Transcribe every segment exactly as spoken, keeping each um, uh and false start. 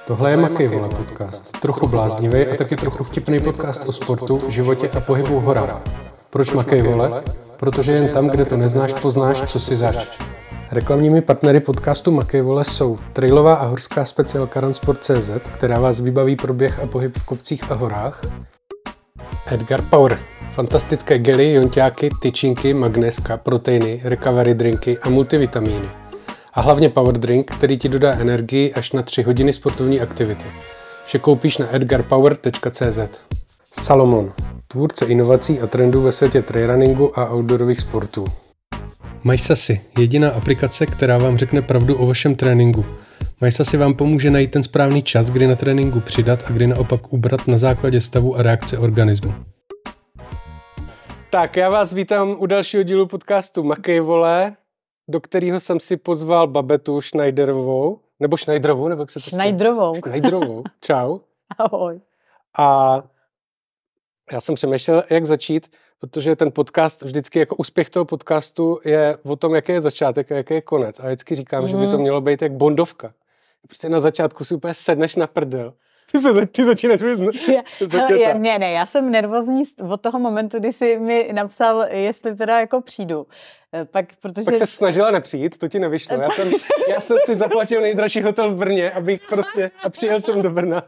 Tohle je Makej vole podcast, trochu bláznivý a taky trochu vtipný podcast o sportu, životě a pohybu v horách. Proč Makej vole? Protože jen tam, kde to neznáš, poznáš, co si zač. Reklamními partnery podcastu Makej vole jsou trailová a horská speciálka Runsport tečka cé zet, která vás vybaví pro běh a pohyb v kopcích a horách. Edgar Power. Fantastické gely, jonťáky, tyčinky, magnéska, proteiny, recovery drinky a multivitamíny. A hlavně power drink, který ti dodá energii až na tři hodiny sportovní aktivity. Vše koupíš na edgar power tečka cé zet. Salomon. Tvůrce inovací a trendů ve světě trailrunningu a outdoorových sportů. MySasy. Jediná aplikace, která vám řekne pravdu o vašem tréninku. MySasy vám pomůže najít ten správný čas, kdy na tréninku přidat a kdy naopak ubrat na základě stavu a reakce organismu. Tak, já vás vítám u dalšího dílu podcastu Makej vole, do kterého jsem si pozval Babetu Schneiderovou, nebo Schneiderovou, nebo jak se to Schneiderovou. Schneiderovou. Čau. Ahoj. A já jsem přemýšlel, jak začít, protože ten podcast, vždycky jako úspěch toho podcastu je o tom, jaký je začátek a jaký je konec. A vždycky říkám, mm. že by to mělo být jak Bondovka. Prostě na začátku si úplně sedneš na prdel. Ty, se, ty začínáš vyznat. Já, ne, ne, já jsem nervózní od toho momentu, kdy jsi mi napsal, jestli teda jako přijdu. Pak, protože... Pak se snažila nepřijít, to ti nevyšlo. Já jsem, já jsem si zaplatil nejdražší hotel v Brně, abych prostě, a přijel jsem do Brna.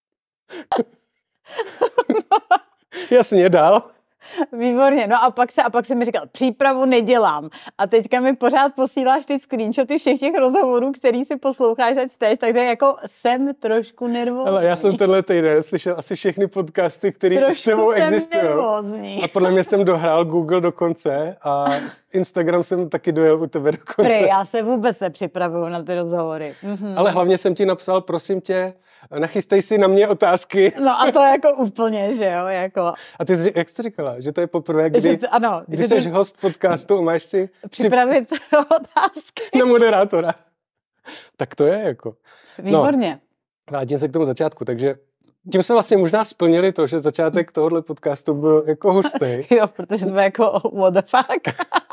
Jasně, dál. Výborně, no a pak se, a pak se mi říkal, přípravu nedělám. A teďka mi pořád posíláš ty screenshoty všech těch rozhovorů, který si posloucháš a čteš, takže jako jsem trošku nervózní. Ale já jsem tenhle týden slyšel asi všechny podcasty, které s tebou existují. A podle mě jsem dohrál Google do konce a Instagram jsem taky dojel u tebe do konce. Prý, já se vůbec nepřipravuju na ty rozhovory. Mhm. Ale hlavně jsem ti napsal, prosím tě, nachystej si na mě otázky. No a to jako úplně, že jo, jako. A ty jsi, jak jsi říkala, že to je poprvé, kdy, to, ano, kdy jsi to... host podcastu a máš si připravit při... otázky na moderátora. Tak to je jako. Výborně. No, vrátím se k tomu začátku, takže tím jsme vlastně možná splnili to, že začátek tohohle podcastu byl jako hustý. Jo, protože jsme jako what the fuck.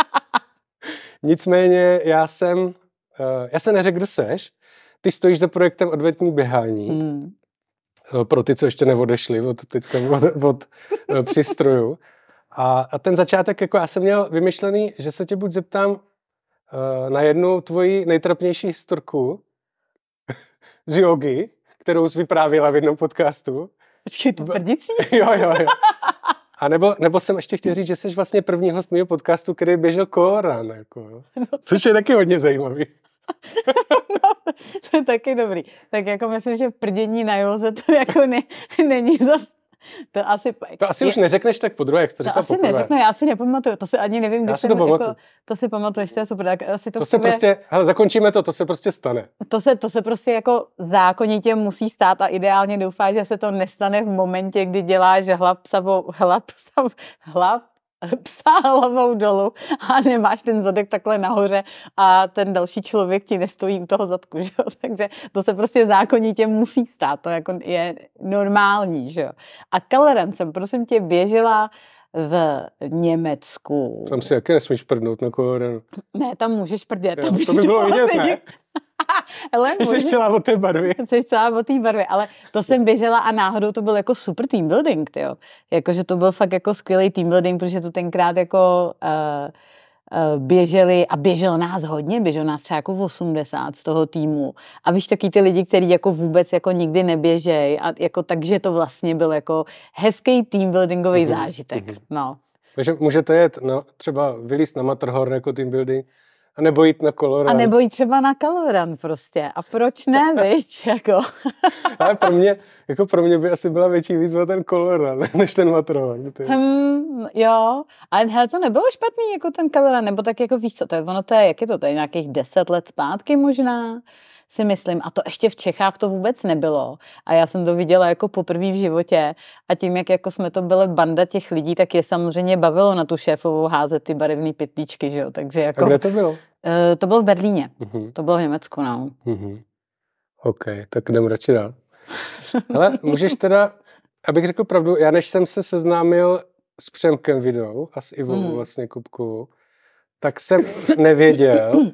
Nicméně já jsem, uh, já se neřekl, kdo seš. Ty stojíš za projektem Adventní běhání. Hmm. Pro ty, co ještě neodešli od, teďka, od, od uh, přístrojů. A, a ten začátek, jako já jsem měl vymyšlený, že se tě buď zeptám uh, na jednu tvoji nejtrapnější historku z jogy, kterou jsi vyprávěla v jednom podcastu. Počkej, tu prdicí? Jo, jo, jo. A nebo, nebo jsem ještě chtěl říct, že jsi vlastně první host mého podcastu, který běžel kolorán, jako, no, což je taky hodně zajímavý. No, to je taky dobrý. Tak jako myslím, že prdění na józe to jako ne, není zas... To asi, to asi je, už neřekneš tak podruhé, jak jsi to řekla asi poprvé. Neřeknu, já si nepamatuju, to si ani nevím, když já si jsem, to pamatuju. Jako, to si pamatuješ, to je super. Tak asi to to se prostě, hele, zakončíme to, to se prostě stane. To se, to se prostě jako zákonitě musí stát a ideálně doufáš, že se to nestane v momentě, kdy děláš hlap psavou, hlap psav, hlap psa hlavou dolů a nemáš ten zadek takhle nahoře a ten další člověk ti nestojí u toho zadku, že jo? Takže to se prostě zákonitě musí stát, to jako je normální, že jo. A Kaleran jsem, prosím tě, běžela v Německu. Tam si jaké nesmíš prdnout na Coloranu. Ne, tam můžeš prdět. Jo, to by bylo vidět, ne? Ale jsi celá o té barvě. Jsi celá o té barvě, ale to jsem běžela a náhodou to byl jako super team building, tyjo. Jakože to byl fakt jako skvělý team building, protože to tenkrát jako uh, uh, běželi a běželo nás hodně, běželo nás třeba jako osmdesát z toho týmu. A víš, taky ty lidi, kteří jako vůbec jako nikdy neběžej a jako takže to vlastně byl jako hezký team buildingový mm-hmm. zážitek, mm-hmm. no. Takže můžete jet no, třeba vylízt na Matterhorn jako team building, a nebo jít na Koloran. A nebo jít třeba na Kaloran prostě. A proč ne, viď? Jako. Ale pro mě, jako pro mě by asi byla větší výzva ten Koloran, než ten Matterhorn. Hmm, jo, ale hele, to nebylo špatný jako ten Kaloran, nebo tak jako víš co, to je, ono to je, jak je to, to je nějakých deset let zpátky možná, si myslím. A to ještě v Čechách to vůbec nebylo. A já jsem to viděla jako poprvé v životě. A tím, jak jako jsme to byli banda těch lidí, tak je samozřejmě bavilo na tu šéfovou házet ty barevné pytlíčky, že jo. Takže jako... A kde to bylo? Uh, to bylo v Berlíně. Uh-huh. To bylo v Německu, no. Uh-huh. OK, tak jdem radši dál. Hele, můžeš teda, abych řekl pravdu, já než jsem se seznámil s Přemkem Vidou a s Ivou uh-huh. vlastně Kupkovou, tak jsem nevěděl,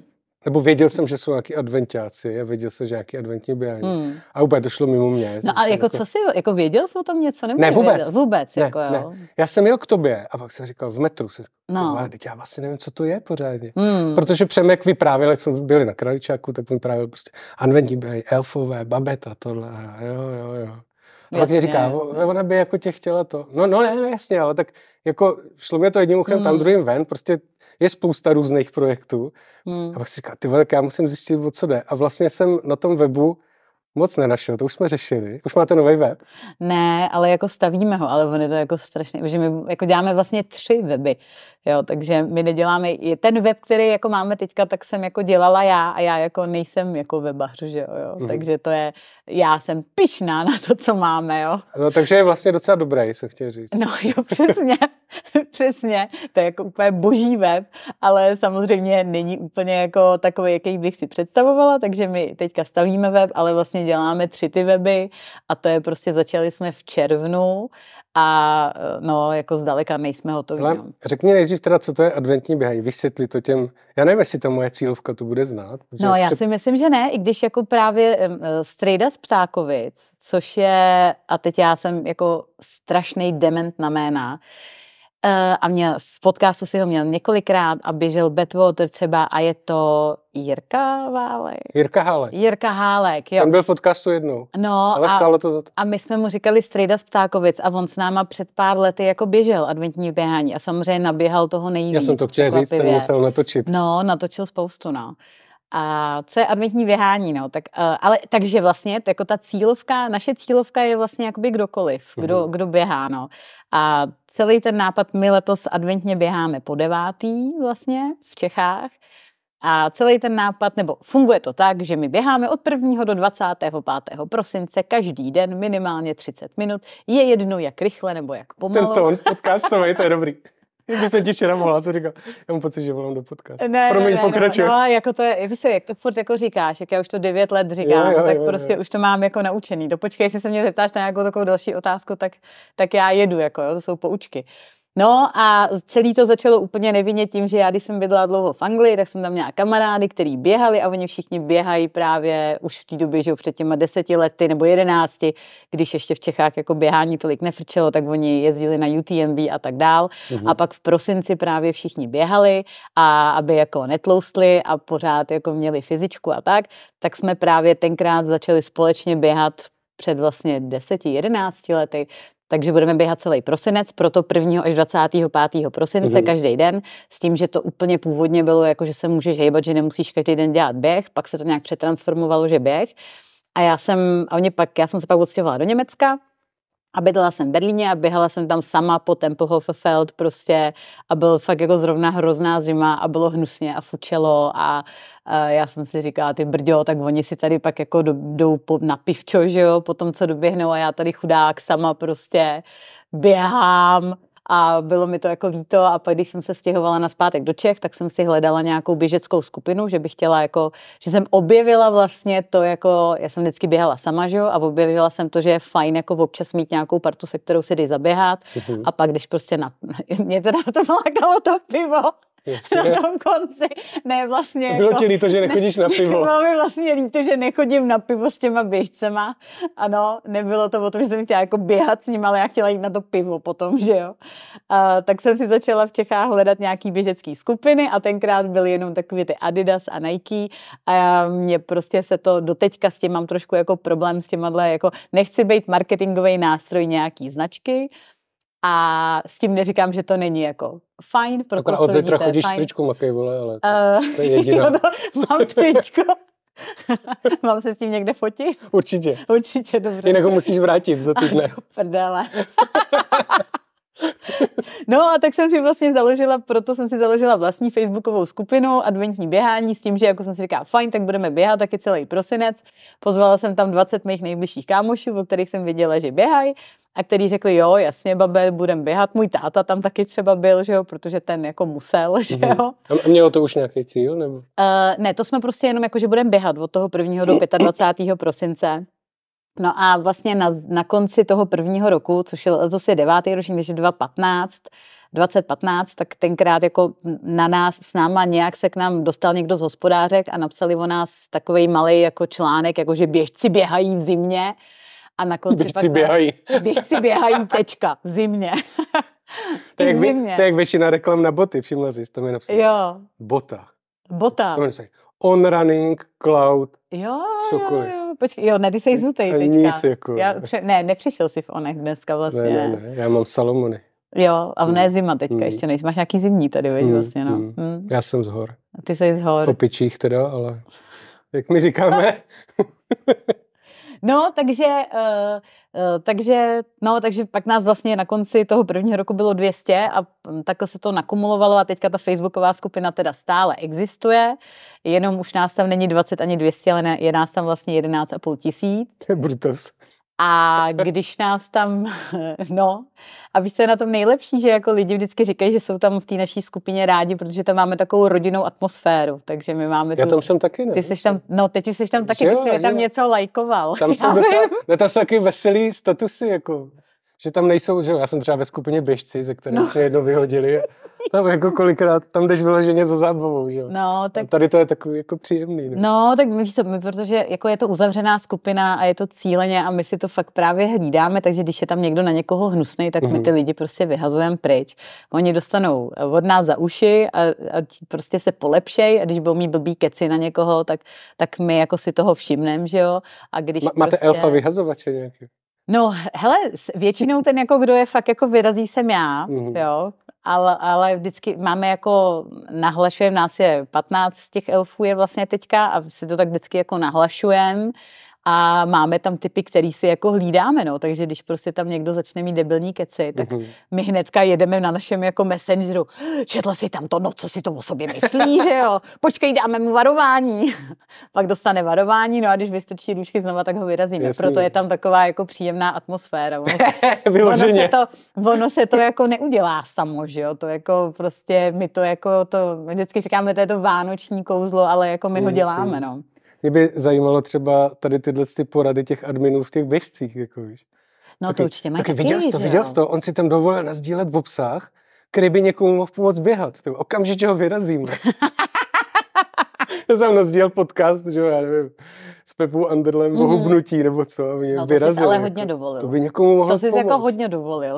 Nebo věděl jsem, že jsou nějaký adventáci a věděl jsem, že nějaký adventní běhání. Hmm. A úplně to šlo mimo mě. No ale jako, jako co jsi, jako věděl jsi o tom něco? Nebo ne, vůbec. Věděl? Vůbec, ne, jako jo. Ne. Já jsem jel k tobě a pak jsem říkal v metru, jsem říkal, no. ale teď já vlastně nevím, co to je pořádně. Hmm. Protože Přemek vyprávěl, jak jsme byli na Kraličáku, tak vyprávěl prostě adventní běhání, elfové, babeta, tohle, jo, jo, jo. A pak mě říká, ona by jako tě chtěla to. No, no ne, jasně, ale tak jako šlo mě to jedním uchem hmm. tam druhým ven, prostě je spousta různých projektů. Hmm. A pak si říká, ty vole, já musím zjistit, o co jde. A vlastně jsem na tom webu moc nenašel, to už jsme řešili. Už máte nový web? Ne, ale jako stavíme ho, ale on je to jako strašně, že my jako děláme vlastně tři weby, jo, takže my neděláme, ten web, který jako máme teďka, tak jsem jako dělala já a já jako nejsem jako webař, že jo, jo. Mm. takže to je, já jsem pyšná na to, co máme, jo. No, takže je vlastně docela dobrý, jsem chtěl říct. No jo, přesně, přesně, to je jako úplně boží web, ale samozřejmě není úplně jako takový, jaký bych si představovala, takže my teďka stavíme web, ale vlastně děláme tři ty weby a to je prostě, začali jsme v červnu a no, jako zdaleka nejsme hotoví. Ale no. Řekni nejdřív teda, co to je adventní běhání, vysvětli to těm, já nevím, jestli ta moje cílovka to bude znát. No já před... si myslím, že ne, i když jako právě um, Strejda z Ptákovic, což je, a teď já jsem jako strašný dement na jména, Uh, a měl, v podcastu si ho měl několikrát a běžel Badwater třeba a je to Jirka Válek. Jirka Hálek. Jirka Hálek, jo. On byl v podcastu jednou, no, ale a, stálo to za to. A my jsme mu říkali Strejda z Ptákovic a on s náma před pár lety jako běžel adventní běhání a samozřejmě naběhal toho nejvíc. Já jsem to chtěl říct, ten musel natočit. No, natočil spoustu, no. A co je adventní běhání, no, tak, uh, ale takže vlastně, jako ta cílovka, naše cílovka je vlastně jakoby kdokoliv, kdo, mm-hmm. kdo běhá, no. A celý ten nápad, my letos adventně běháme po devátý vlastně v Čechách a celý ten nápad, nebo funguje to tak, že my běháme od prvního do dvacátého pátého prosince každý den minimálně třicet minut, je jedno jak rychle nebo jak pomalu. Ten tón podcastový, to je dobrý. Když jsem ti včera mohla, co říkal, já mám pocit, že volám do podcastu. Ne, Promiň, ne, pokračuj. No, no, jako to je, víš co, jak to furt jako říkáš, jak já už to devět let říkám, jo, jo, tak jo, prostě jo. Už to mám jako naučený. To počkej, jestli se mě zeptáš na nějakou takovou další otázku, tak, tak já jedu, jako jo, to jsou poučky. No a celý to začalo úplně nevinně tím, že já, když jsem bydlela dlouho v Anglii, tak jsem tam měla kamarády, kteří běhali a oni všichni běhají právě už v té době, že před těma deseti lety nebo jedenácti, když ještě v Čechách jako běhání tolik nefrčelo, tak oni jezdili na U T M B a tak dál. Mhm. A pak v prosinci právě všichni běhali a aby jako netloustli a pořád jako měli fyzičku a tak, tak jsme právě tenkrát začali společně běhat před vlastně deseti, jedenácti lety. Takže budeme běhat celý prosinec, proto prvního až dvacátého pátého prosince mm-hmm. každý den, s tím, že to úplně původně bylo jako, že se můžeš hejbat, že nemusíš každý den dělat běh, pak se to nějak přetransformovalo, že běh. A já jsem, a oni pak, já jsem se pak odstěhovala do Německa a bydlela jsem v Berlíně a běhala jsem tam sama po Tempelhofer Feld prostě a byl fakt jako zrovna hrozná zima a bylo hnusně a fučelo a, a já jsem si říkala, ty brďo, tak oni si tady pak jako jdou na pivčo, že jo, po tom, co doběhnou a já tady chudák sama prostě běhám. A bylo mi to jako líto a pak, když jsem se stěhovala nazpátek do Čech, tak jsem si hledala nějakou běžeckou skupinu, že bych chtěla jako, že jsem objevila vlastně to jako, já jsem vždycky běhala sama, že jo, a objevila jsem to, že je fajn jako občas mít nějakou partu, se kterou si jdeš zaběhat uh-huh. a pak když prostě na, mě teda to lákalo to pivo. Jasně. Na tom konci. Ne, vlastně. Bylo jako, ti líto, že nechodíš na pivo. Bylo mi vlastně líto, že nechodím na pivo s těma běžcema. Ano, nebylo to o tom, že jsem chtěla jako běhat s ním, ale já chtěla jít na to pivo potom, že jo. A, tak jsem si začala v Čechách hledat nějaký běžecký skupiny a tenkrát byly jenom takový ty Adidas a Nike a mě prostě se to doteďka s tím mám trošku jako problém s těma, jako nechci být marketingový nástroj nějaký značky. A s tím neříkám, že to není jako fajn, protože od zítra chodíš s tričkou Makej, vole, ale to, uh, to je jediná. No, mám tričko. Mám se s tím někde fotit? Určitě. Určitě, dobře. Jinak ho musíš vrátit do týdne. Prdele. No a tak jsem si vlastně založila, proto jsem si založila vlastní facebookovou skupinu adventní běhání s tím, že jako jsem si říkala, fajn, tak budeme běhat taky celý prosinec. Pozvala jsem tam dvacet mých nejbližších kámošů, o kterých jsem věděla, že běhají a který řekli, jo, jasně, babe, budem běhat. Můj táta tam taky třeba byl, že jo, protože ten jako musel, že jo. A mělo to už nějaký cíl, nebo? Uh, ne, to jsme prostě jenom jako, že budeme běhat od toho prvního do dvacátého pátého prosince. No a vlastně na, na konci toho prvního roku, což je letos je devátý ročník, takže dvacet patnáct, dvacet patnáct, tak tenkrát jako na nás, s náma nějak se k nám dostal někdo z hospodářek a napsali o nás takovej malej jako článek, jako že běžci běhají v zimě a na konci běžci pak běhají. Běžci běhají, tečka, v zimě. To je jak, vy, to je jak většina reklam na boty, všimla jsi, tam je napsáno. Jo. Bota. Bota. On running, cloud, jo, cokoliv. Jo, jo, počkej, jo, ne, ty jsi zutej teďka. Nic jako. Já, pře- ne, nepřišel jsi v onech dneska vlastně. Ne, ne, ne, já mám Salomony. Jo, a v ne mm. zima teďka mm. ještě nejsi. Máš nějaký zimní tady, veď, mm. vlastně, no. Mm. Mm. Já jsem z hor. Ty jsi z hor. Opičích teda, ale jak my říkáme. No, takže, uh, uh, takže, no, takže pak nás vlastně na konci toho prvního roku bylo dvě stě a takhle se to nakumulovalo a teďka ta facebooková skupina teda stále existuje, jenom už nás tam není dvacet ani dvě stě, ale ne, je nás tam vlastně jedenáct a půl tisíc. To je brutos. A když nás tam, no, a víš, co je na tom nejlepší, že jako lidi vždycky říkají, že jsou tam v té naší skupině rádi, protože tam máme takovou rodinnou atmosféru, takže my máme Já tu... tam jsem taky, ne? Ty jsi tam, no teď už jsi tam taky, ty jsi tam něco lajkoval. Tam jsou docela, ne, tam jsou taky veselý statusy, jako, že tam nejsou, že já jsem třeba ve skupině běžci, ze které no. mě jedno vyhodili. Tam jako kolikrát, tam jdeš vyloženě za zábavou, že jo. No, tak... A tady to je takový jako příjemný. Ne? No, tak my, víš co, my, protože jako je to uzavřená skupina a je to cíleně a my si to fakt právě hlídáme, takže když je tam někdo na někoho hnusnej, tak mm-hmm. my ty lidi prostě vyhazujeme pryč. Oni dostanou od nás za uši a, a prostě se polepšej a když budou mít blbý keci na někoho, tak, tak my jako si toho všimneme, že jo. A když Ma, máte prostě... elfa vyhazovače nějaký? No, hele, většinou ten, jako kdo je fakt jako vyrazí, jsem já, mm-hmm. jo, ale, ale vždycky máme jako, nahlašujeme, nás je patnáct těch elfů je vlastně teďka a si to tak vždycky jako nahlašujeme a máme tam typy, který si jako hlídáme, no, takže když prostě tam někdo začne mít debilní keci, tak mm-hmm. my hnedka jedeme na našem jako messengeru, četla si tam to, no co si to o sobě myslí, že jo, počkej, dáme mu varování, pak dostane varování, no a když vystrčí růžky znova, tak ho vyrazíme, Jasný. Proto je tam taková jako příjemná atmosféra, ono se, ono se, to, ono se to jako neudělá samo, že jo, to jako prostě, my to jako, to, vždycky říkáme, to je to vánoční kouzlo, ale jako my ho děláme, no. Mě by zajímalo třeba tady tyhle ty porady těch adminů v těch běžcích, jako víš. No taky, to určitě mají taky, viděl jsi to, viděl jsi to, on si tam dovolil nasdílet v obsah, který by někomu mohl pomoct běhat. To okamžitě ho vyrazíme. Já jsem nasdílel podcast, že jo, já nevím, s Pepou Anderlem mm-hmm. o hubnutí nebo co. A mě no to vyrazil, jsi ale jako, hodně dovolil. To by někomu mohlo To jsi pomoct. jako hodně dovolil.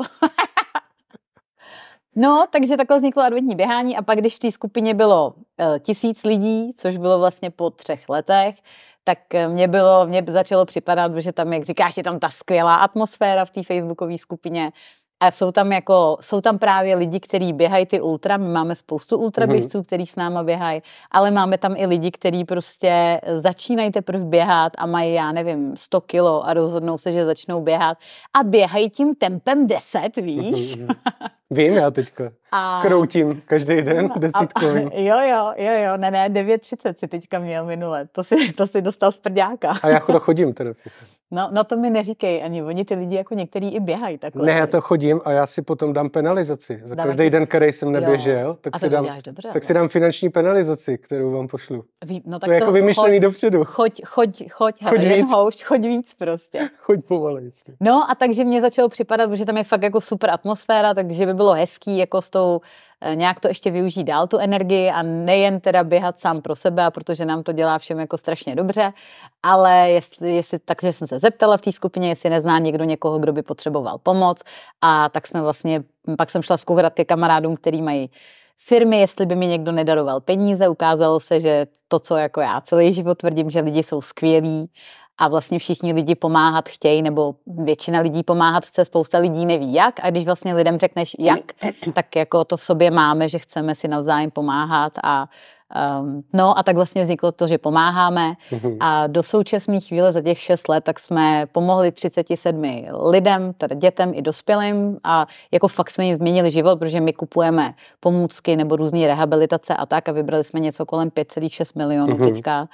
No, takže takhle vzniklo adventní běhání a pak, když v té skupině bylo uh, tisíc lidí, což bylo vlastně po třech letech, tak mě bylo, mě začalo připadat, že tam, jak říkáš, je tam ta skvělá atmosféra v té facebookové skupině a jsou tam jako, jsou tam právě lidi, kteří běhají ty ultra, my máme spoustu ultraběžců, mm-hmm. kteří s náma běhají, ale máme tam i lidi, kteří prostě začínají teprve běhat a mají, já nevím, sto kilo a rozhodnou se, že začnou běhat a běhají tím tempem deset, víš? Mm-hmm. Vím já teďka. A... Kroutím každý den desítkovým. Jo, jo, jo, jo, ne, ne, devět třicet si teďka měl minule. To si, to si dostal z prďáka. A já to chodím teda. No, no to mi neříkej ani, oni ty lidi jako některý i běhají takhle. Ne, já to chodím a já si potom dám penalizaci. Za Dáme každý si... den, který jsem neběžel, jo. tak, si dám, dobře, tak si dám finanční penalizaci, kterou vám pošlu. Ví, no, tak to je to jako vymyšlený choď, dopředu. Choď, choď, choď, choď hele, víc. Houšť, choď víc prostě. Choď pomalejc. No a takže mě začalo připadat, že tam je fakt jako super atmosféra, takže by bylo hezký jako s tou nějak to ještě využít dál tu energii a nejen teda běhat sám pro sebe, protože nám to dělá všem jako strašně dobře, ale jestli, jestli takže jsem se zeptala v té skupině, jestli nezná někdo někoho, kdo by potřeboval pomoc a tak jsme vlastně, pak jsem šla zkoušet ke kamarádům, který mají firmy, jestli by mi někdo nedaroval peníze, ukázalo se, že to, co jako já celý život tvrdím, že lidi jsou skvělí a vlastně všichni lidi pomáhat chtějí, nebo většina lidí pomáhat chce, spousta lidí neví jak a když vlastně lidem řekneš jak, tak jako to v sobě máme, že chceme si navzájem pomáhat a um, no a tak vlastně vzniklo to, že pomáháme a do současné chvíle za těch šest let tak jsme pomohli třicet sedm lidem, teda dětem i dospělým a jako fakt jsme jim změnili život, protože my kupujeme pomůcky nebo různé rehabilitace a tak a vybrali jsme něco kolem pět celá šest milionů mm-hmm. teďka.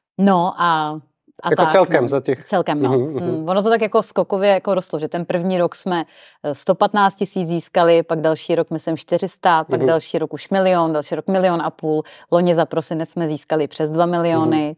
No a A jako tak, celkem no, za těch... Celkem, no. Uhum, uhum. Mm, ono to tak jako skokově jako rostlo, že ten první rok jsme sto patnáct tisíc získali, pak další rok myslím čtyři sta, pak uhum. další rok už milion, další rok milion a půl. Loni za prosinec jsme získali přes dva miliony. Uhum.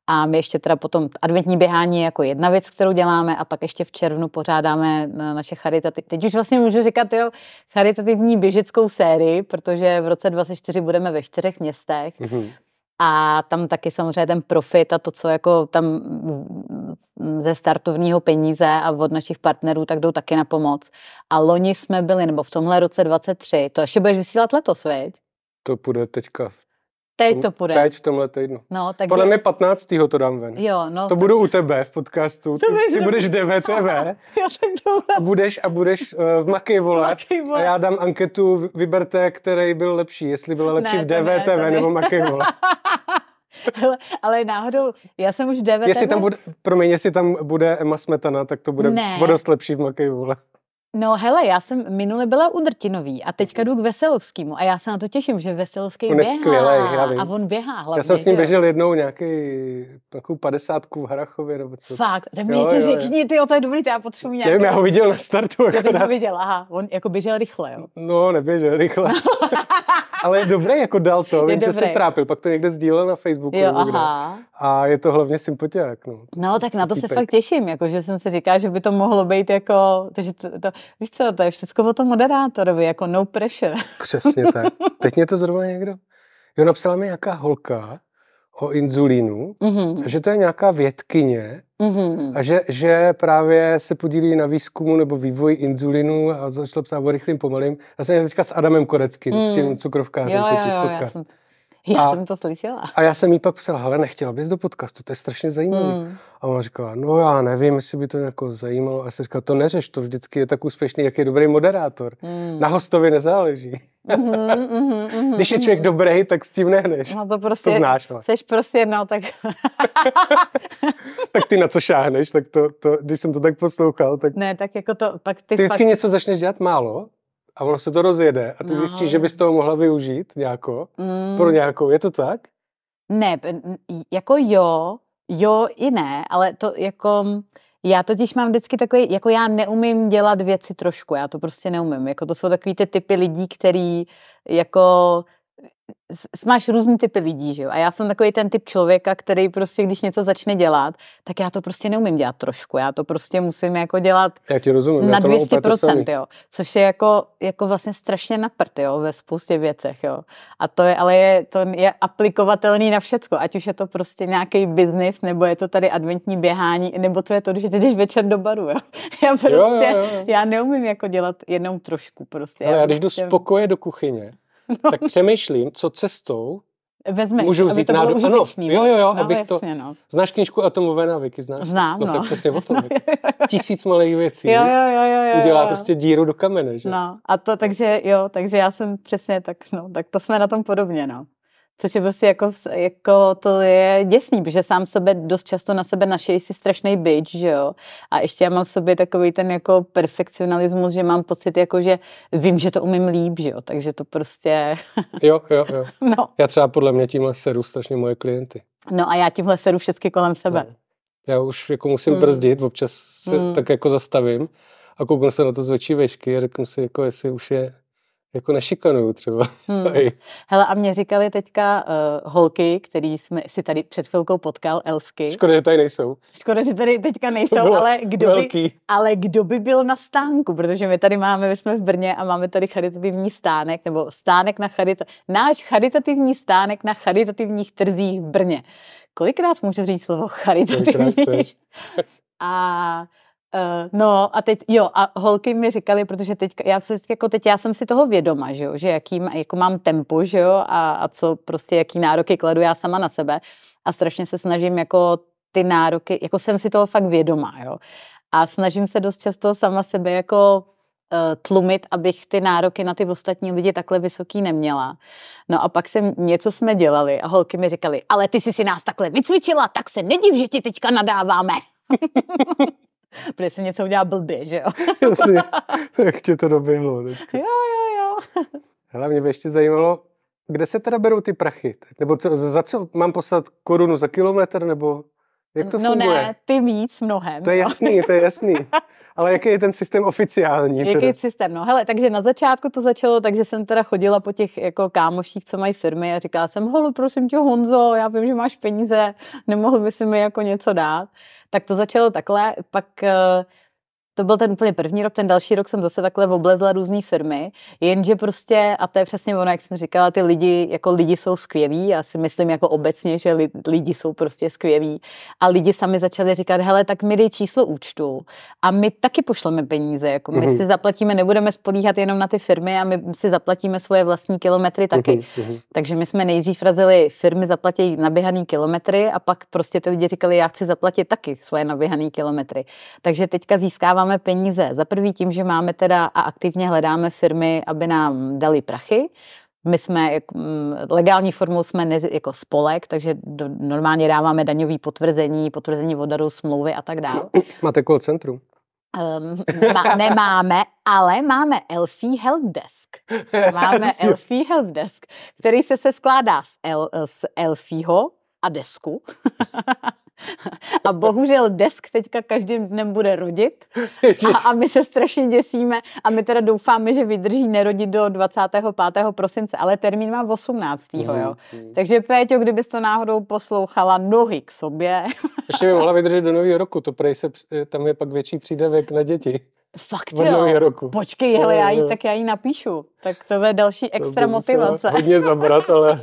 A my ještě teda potom adventní běhání jako jedna věc, kterou děláme a pak ještě v červnu pořádáme na naše charitativní, teď už vlastně můžu říkat, jo, charitativní běžeckou sérii, protože v roce dvacet čtyři budeme ve čtyřech městech. Mm-hmm. A tam taky samozřejmě ten profit a to, co jako tam ze startovního peníze a od našich partnerů, tak jdou taky na pomoc. A loni jsme byli, nebo v tomhle roce dvacet tři, to ještě budeš vysílat letos, viď? To půjde teďka. Teď to půjde. Teď v tomhle týdnu. No, takže... Podle mě patnáctého to dám ven. Jo, no. To budu u tebe v podcastu. Ty, ty budeš D V T V. Jo, tak tohle. A budeš, a budeš uh, v Makej vole. A já dám anketu, vyberte, který byl lepší. Jestli byla lepší ne, v D V T V ne, nebo Makej vole. Hele, ale náhodou, já jsem už D V T V... Jestli tam bude, promiň, jestli tam bude Emma Smetana, tak to bude o dost lepší v Makej vole. No hele, já jsem minule byla u Drtinový a teďka jdu k Veselovskému a já se na to těším, že Veselovský on běhá skvělej, a on běhá hlavně. Já jsem s ním běžel jednou nějaký takovou padesátku v Harrachově nebo co. Fakt, tak mi něco řekni, ty, to je dobrý, já potřebuji nějaký... Nevím, já ho viděl na startu. Já to jsem viděl, aha, on jako běžel rychle, jo. No, neběžel rychle. Ale je dobrý, jako dal to, vím, že se trápil, pak to někde sdílel na Facebooku. Jo, aha. A je to hlavně sympatiák, no. No, tak na to Týpek. Se fakt těším, jako, že jsem si říkala, že by to mohlo být jako, takže to, to, víš co, to je všechno o tom moderátorovi, jako no pressure. Přesně tak. Teď mě to zrovna někdo, jo, napsala mi nějaká holka o inzulínu, mm-hmm. a že to je nějaká vědkyně, mm-hmm. a že, že právě se podílí na výzkumu nebo vývoji inzulínu a začala psát o rychlým pomalým. Já jsem teďka s Adamem Koreckým, mm. s tím cukrovkářem, jo, totiž jo, jo, podcast. Já jsem, já a, jsem to slyšela. A já jsem jí pak psal, hele, nechtěla bys do podcastu, to je strašně zajímavé. Mm. A ona říkala, no já nevím, jestli by to jako zajímalo. A já jsem říkala, to neřeš, to vždycky je tak úspěšný, jak je dobrý moderátor. Mm. Na hostovi nezáleží. Mm-hmm, mm-hmm, Když je člověk dobrý, tak s tím nehneš. No to prostě, to znáš, ale. Seš prostě, no tak... Tak ty na co šáhneš, tak to, to, když jsem to tak poslouchal, tak... Ne, tak jako to, pak ty, ty vždycky fakt... něco začneš dělat málo a ono se to rozjede a ty no. zjistíš, že bys toho mohla využít nějako, mm. pro nějakou, je to tak? Ne, jako jo, jo i ne, ale to jako... Já totiž mám vždycky takový, jako já neumím dělat věci trošku, já to prostě neumím. Jako to jsou takový ty typy lidí, který jako... Máš různý typy lidí, že jo? A já jsem takový ten typ člověka, který prostě, když něco začne dělat, tak já to prostě neumím dělat trošku. Já to prostě musím jako dělat já ti rozumím, na dvě stě procent, jo. Což je jako, jako vlastně strašně na prd, jo, ve spoustě věcech, jo. A to je, ale je, to je aplikovatelný na všecko. Ať už je to prostě nějaký biznis, nebo je to tady adventní běhání, nebo to je to, když jdeš večer do baru, jo. Já prostě, jo, jo, jo. já neumím jako dělat jenom trošku prostě. Ale já, já když prostě... jdu z pokoje do kuchyně, no. tak přemýšlím, co cestou vezmeš, můžu vzít aby to bylo nádobu. Ano, jo, jo, jo, no, abych jasně, to... No. Znáš knížku Atomové návyky, znáš? Znám, no. no. To je přesně o tom. Tisíc malých věcí. Jo, jo, jo, jo, jo, udělá jo. prostě díru do kamene, že? No, a to takže, jo, takže já jsem přesně tak, no, tak to jsme na tom podobně, no. Což je prostě jako, jako to je děsný, protože sám sebe dost často na sebe našej si strašný bitch, že jo. A ještě já mám v sobě takový ten jako perfekcionalismus, že mám pocit jako, že vím, že to umím líp, že jo. Takže to prostě... jo, jo, jo. No. Já třeba podle mě tímhle seru strašně moje klienty. No a já tímhle seru všechny kolem sebe. No. Já už jako musím mm. brzdit, občas se mm. tak jako zastavím a kouknu se na to z větší vešky a řeknu si, jako jestli už je jako nešikanuju třeba. Hmm. Hele, a mě říkali teďka uh, holky, který jsme si tady před chvilkou potkal, elfky. Škoda, že tady nejsou. Škoda, že tady teďka nejsou, ale kdo, by, ale kdo by byl na stánku, protože my tady máme, my jsme v Brně a máme tady charitativní stánek, nebo stánek na charita, náš charitativní stánek na charitativních trzích v Brně. Kolikrát můžu říct slovo charitativní? A Uh, no a teď, jo, a holky mi říkali, protože teď, já, jako teď já jsem si toho vědoma, že, jo, že jaký jako mám tempo, že jo, a, a co prostě, jaký nároky kladu já sama na sebe a strašně se snažím jako ty nároky, jako jsem si toho fakt vědoma, jo, a snažím se dost často sama sebe jako uh, tlumit, abych ty nároky na ty ostatní lidi takhle vysoký neměla. No a pak jsem, něco jsme dělali a holky mi říkali, ale ty jsi si nás takhle vycvičila, tak se nediv, že ti teďka nadáváme. Protože jsem něco udělala blbě, že jo? Jasně, jak tě to doběhlo. Teďka. Jo, jo, jo. Hele, mě by ještě zajímalo, kde se teda berou ty prachy? Nebo co, za co mám poslat korunu za kilometr, nebo Jak to no funguje? ne, ty víc mnohem. To je jasný, to je jasný. Ale jaký je ten systém oficiální? Jaký teda? je systém? No hele, takže na začátku to začalo, takže jsem teda chodila po těch jako kámoších, co mají firmy a říkala jsem, holu, prosím tě Honzo, já vím, že máš peníze, nemohl by si mi jako něco dát. Tak to začalo takhle, pak to byl ten úplně první rok, ten další rok jsem zase takhle oblezla různý firmy, jenže prostě, a to je přesně ono, jak jsem říkala, ty lidi, jako lidi jsou skvělí, já si myslím jako obecně, že li, lidi jsou prostě skvělí a lidi sami začali říkat, hele, tak mi dej číslo účtu a my taky pošleme peníze, jako my mm-hmm. si zaplatíme, nebudeme spolíhat jenom na ty firmy a my si zaplatíme svoje vlastní kilometry taky. Mm-hmm. Takže my jsme nejdřív razili, firmy zaplatí naběhaný kilometry a pak prostě ty lidi říkali, já chci zaplatit taky svoje naběhaný kilometry. Takže teďka získávám máme peníze. Za prvý tím, že máme teda a aktivně hledáme firmy, aby nám dali prachy. My jsme, jako, legální formou jsme ne, jako spolek, takže do, normálně dáváme daňový potvrzení, potvrzení o daru smlouvy a tak dále. Máte call centrum? Um, nema, nemáme, ale máme Elfie Helpdesk. Máme Elfie Helpdesk, který se, se skládá z, El, z Elfieho a desku. A bohužel desk teďka každým dnem bude rodit a, a my se strašně děsíme a my teda doufáme, že vydrží nerodit do dvacátého pátého prosince, ale termín má osmnáctého Mm, jo. Mm. Takže Péťo, kdybys to náhodou poslouchala, nohy k sobě. Ještě by mohla vydržet do nového roku, to prej se, tam je pak větší přídavek na děti. Fakt jo, roku. Počkej, hele, já jí, tak já jí napíšu, tak to je další extra motivace. Hodně zabrat, ale...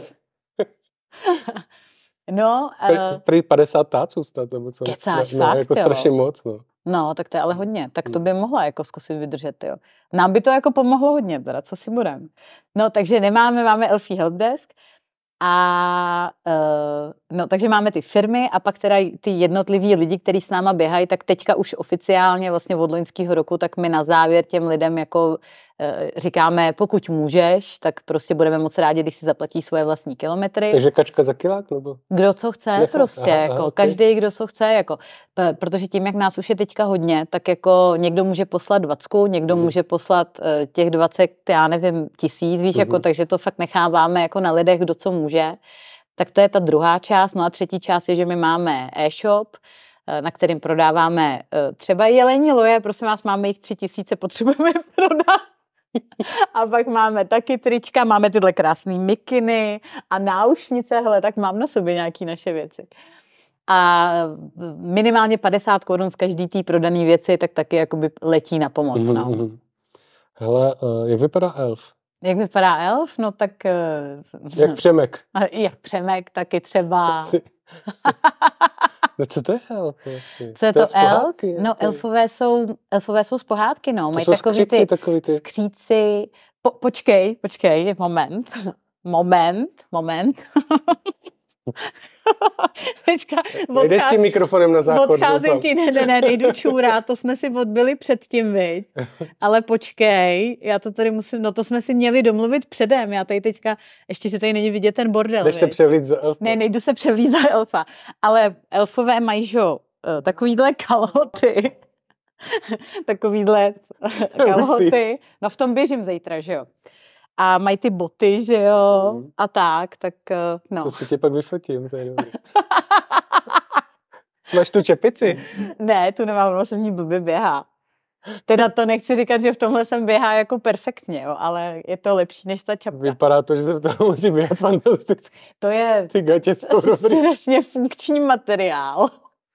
No, uh, prý padesát táců snad, nebo co? Kecáš, no, fakt, jako jo. strašně moc, no. No, tak to je ale hodně. Tak to by mohla jako zkusit vydržet, jo. Nám by to jako pomohlo hodně, teda, co si budem. No, takže nemáme, máme Elfie Helpdesk a uh, no, takže máme ty firmy a pak teda ty jednotliví lidi, kteří s náma běhají, tak teďka už oficiálně vlastně od loňského roku, tak my na závěr těm lidem jako uh, říkáme, pokud můžeš, tak prostě budeme moc rádi, když si zaplatí svoje vlastní kilometry. Takže kačka za kilák, nebo? Kdo co chce, Nechal? prostě, aha, jako aha, každý, okay. kdo co chce, jako, p- protože tím, jak nás už je teďka hodně, tak jako někdo může poslat dvacku, někdo mm. může poslat uh, těch dvacet, já nevím, tisíc, víš, mm. jako, takže to fakt necháváme jako na lidech, kdo co může. Tak to je ta druhá část. No a třetí část je, že my máme e-shop, na kterým prodáváme třeba jelení loje, prosím vás, máme jich tři tisíce, potřebujeme prodat. A pak máme taky trička, máme tyhle krásné mikiny a náušnice, hele, tak mám na sobě nějaký naše věci. A minimálně padesát korun z každý té prodané věci, tak taky jakoby letí na pomoc. Mm-hmm. No. Hele, jak vypadá Elf? Jak vypadá Elf? No tak... Jak Přemek. Jak Přemek, taky třeba... No co to je Elf? Vlastně? Co je to, to je Elf? No elfové jsou, elfové jsou z pohádky, no. To Mají jsou takový skříci, ty, takový ty... skříci... Po, počkej, počkej, moment. Moment, moment. Teďka odcházím, Jde s tím mikrofonem na záchod. Odcházím ti, ne, ne, ne, nejdu čůrat, to jsme si odbyli předtím, viď? Ale počkej, já to tady musím, no to jsme si měli domluvit předem, já tady teďka, ještě si tady není vidět ten bordel, Jdeš se převlít za elfa. Ne, nejdu se převlít za elfa, ale elfové mají, žo, takovýhle kalhoty, takovýhle kalhoty, no v tom běžím zítra, že jo. A mají ty boty, že jo, mm. a tak, tak no. To si tě pak vyfotím, to je dobrý. Máš tu čepici? Ne, tu nemám, ono se v ní blbě běhá. Teda to nechci říkat, že v tomhle jsem běhá jako perfektně, jo, ale je to lepší než ta čapka. Vypadá to, že se v tom musí běhat fantasticky. To je ty gatě jsou dobrý. Strašně funkční materiál.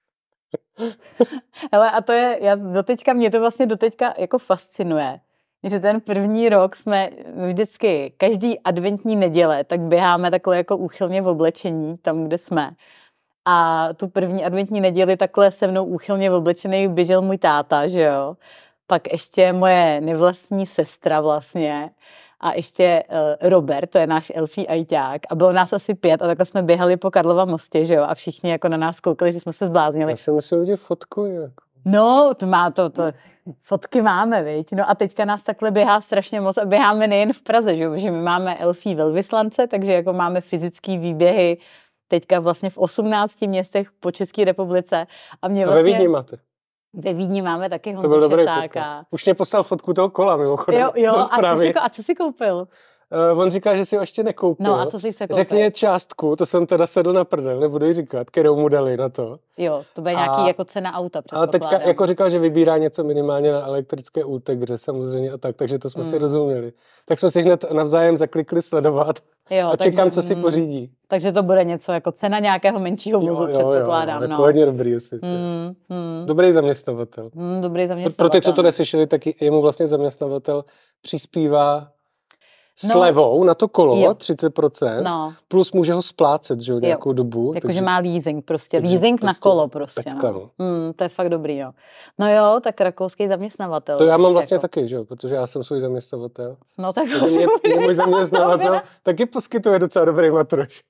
Hele, a to je, já doteďka, mě to vlastně doteďka jako fascinuje. Že ten první rok jsme vždycky, každý adventní neděle, tak běháme takhle jako úchylně v oblečení, tam, kde jsme. A tu první adventní neděli takhle se mnou úchylně v oblečený běžel můj táta, že jo. Pak ještě moje nevlastní sestra vlastně. A ještě uh, Robert, to je náš elfí ajťák. A bylo nás asi pět a takhle jsme běhali po Karlova mostě, že jo. A všichni jako na nás koukali, že jsme se zbláznili. Já jsem musel udělat fotku, jako. No, to má to, to, fotky máme, viď? No a teďka nás takhle běhá strašně moc a běháme nejen v Praze, že, že my máme elfí velvyslance, takže jako máme fyzický výběhy teďka vlastně v osmnácti městech po České republice. A mě vlastně... A ve Vídni máte? Ve Vídni máme taky Honzu Česáka. Už mě poslal fotku toho kola, mimochodem. Jo, jo, a co, jsi, a co jsi koupil? Uh, on říká, že si ho ještě nekoupil. No a co si chce koupit? Řekni částku, to jsem teda sedl na prdel, nebudu jí říkat, kterou mu dali na to. Jo, to bude nějaký jako cena auta, ale teďka jako říkal, že vybírá něco minimálně na elektrické Ultegře samozřejmě a tak, takže to jsme mm. si rozuměli. Tak jsme si hned navzájem zaklikli sledovat jo, a takže, čekám, co si pořídí. Takže to bude něco jako cena nějakého menšího vozu, jo, jo, předpokládám. Jo, no. hodně dobrý, jestli mm, mm. Dobrý zaměstnavatel. Mm, dobrý zaměstnavatel. Pro ty, co to neslyšeli, tak jemu vlastně zaměstnavatel přispívá slevou no, na to kolo, jo. třicet procent, no. plus může ho splácet, že jo, nějakou jo. dobu. Jakože má leasing prostě, leasing prostě na kolo prostě. Pecka, no. No. Hmm, to je fakt dobrý, jo. No jo, tak rakouský zaměstnavatel. To já mám vlastně jako. taky, že jo, protože já jsem svůj zaměstnavatel. No tak vlastně mě, mě můj zaměstnavatel taky poskytuje docela dobrý matroš.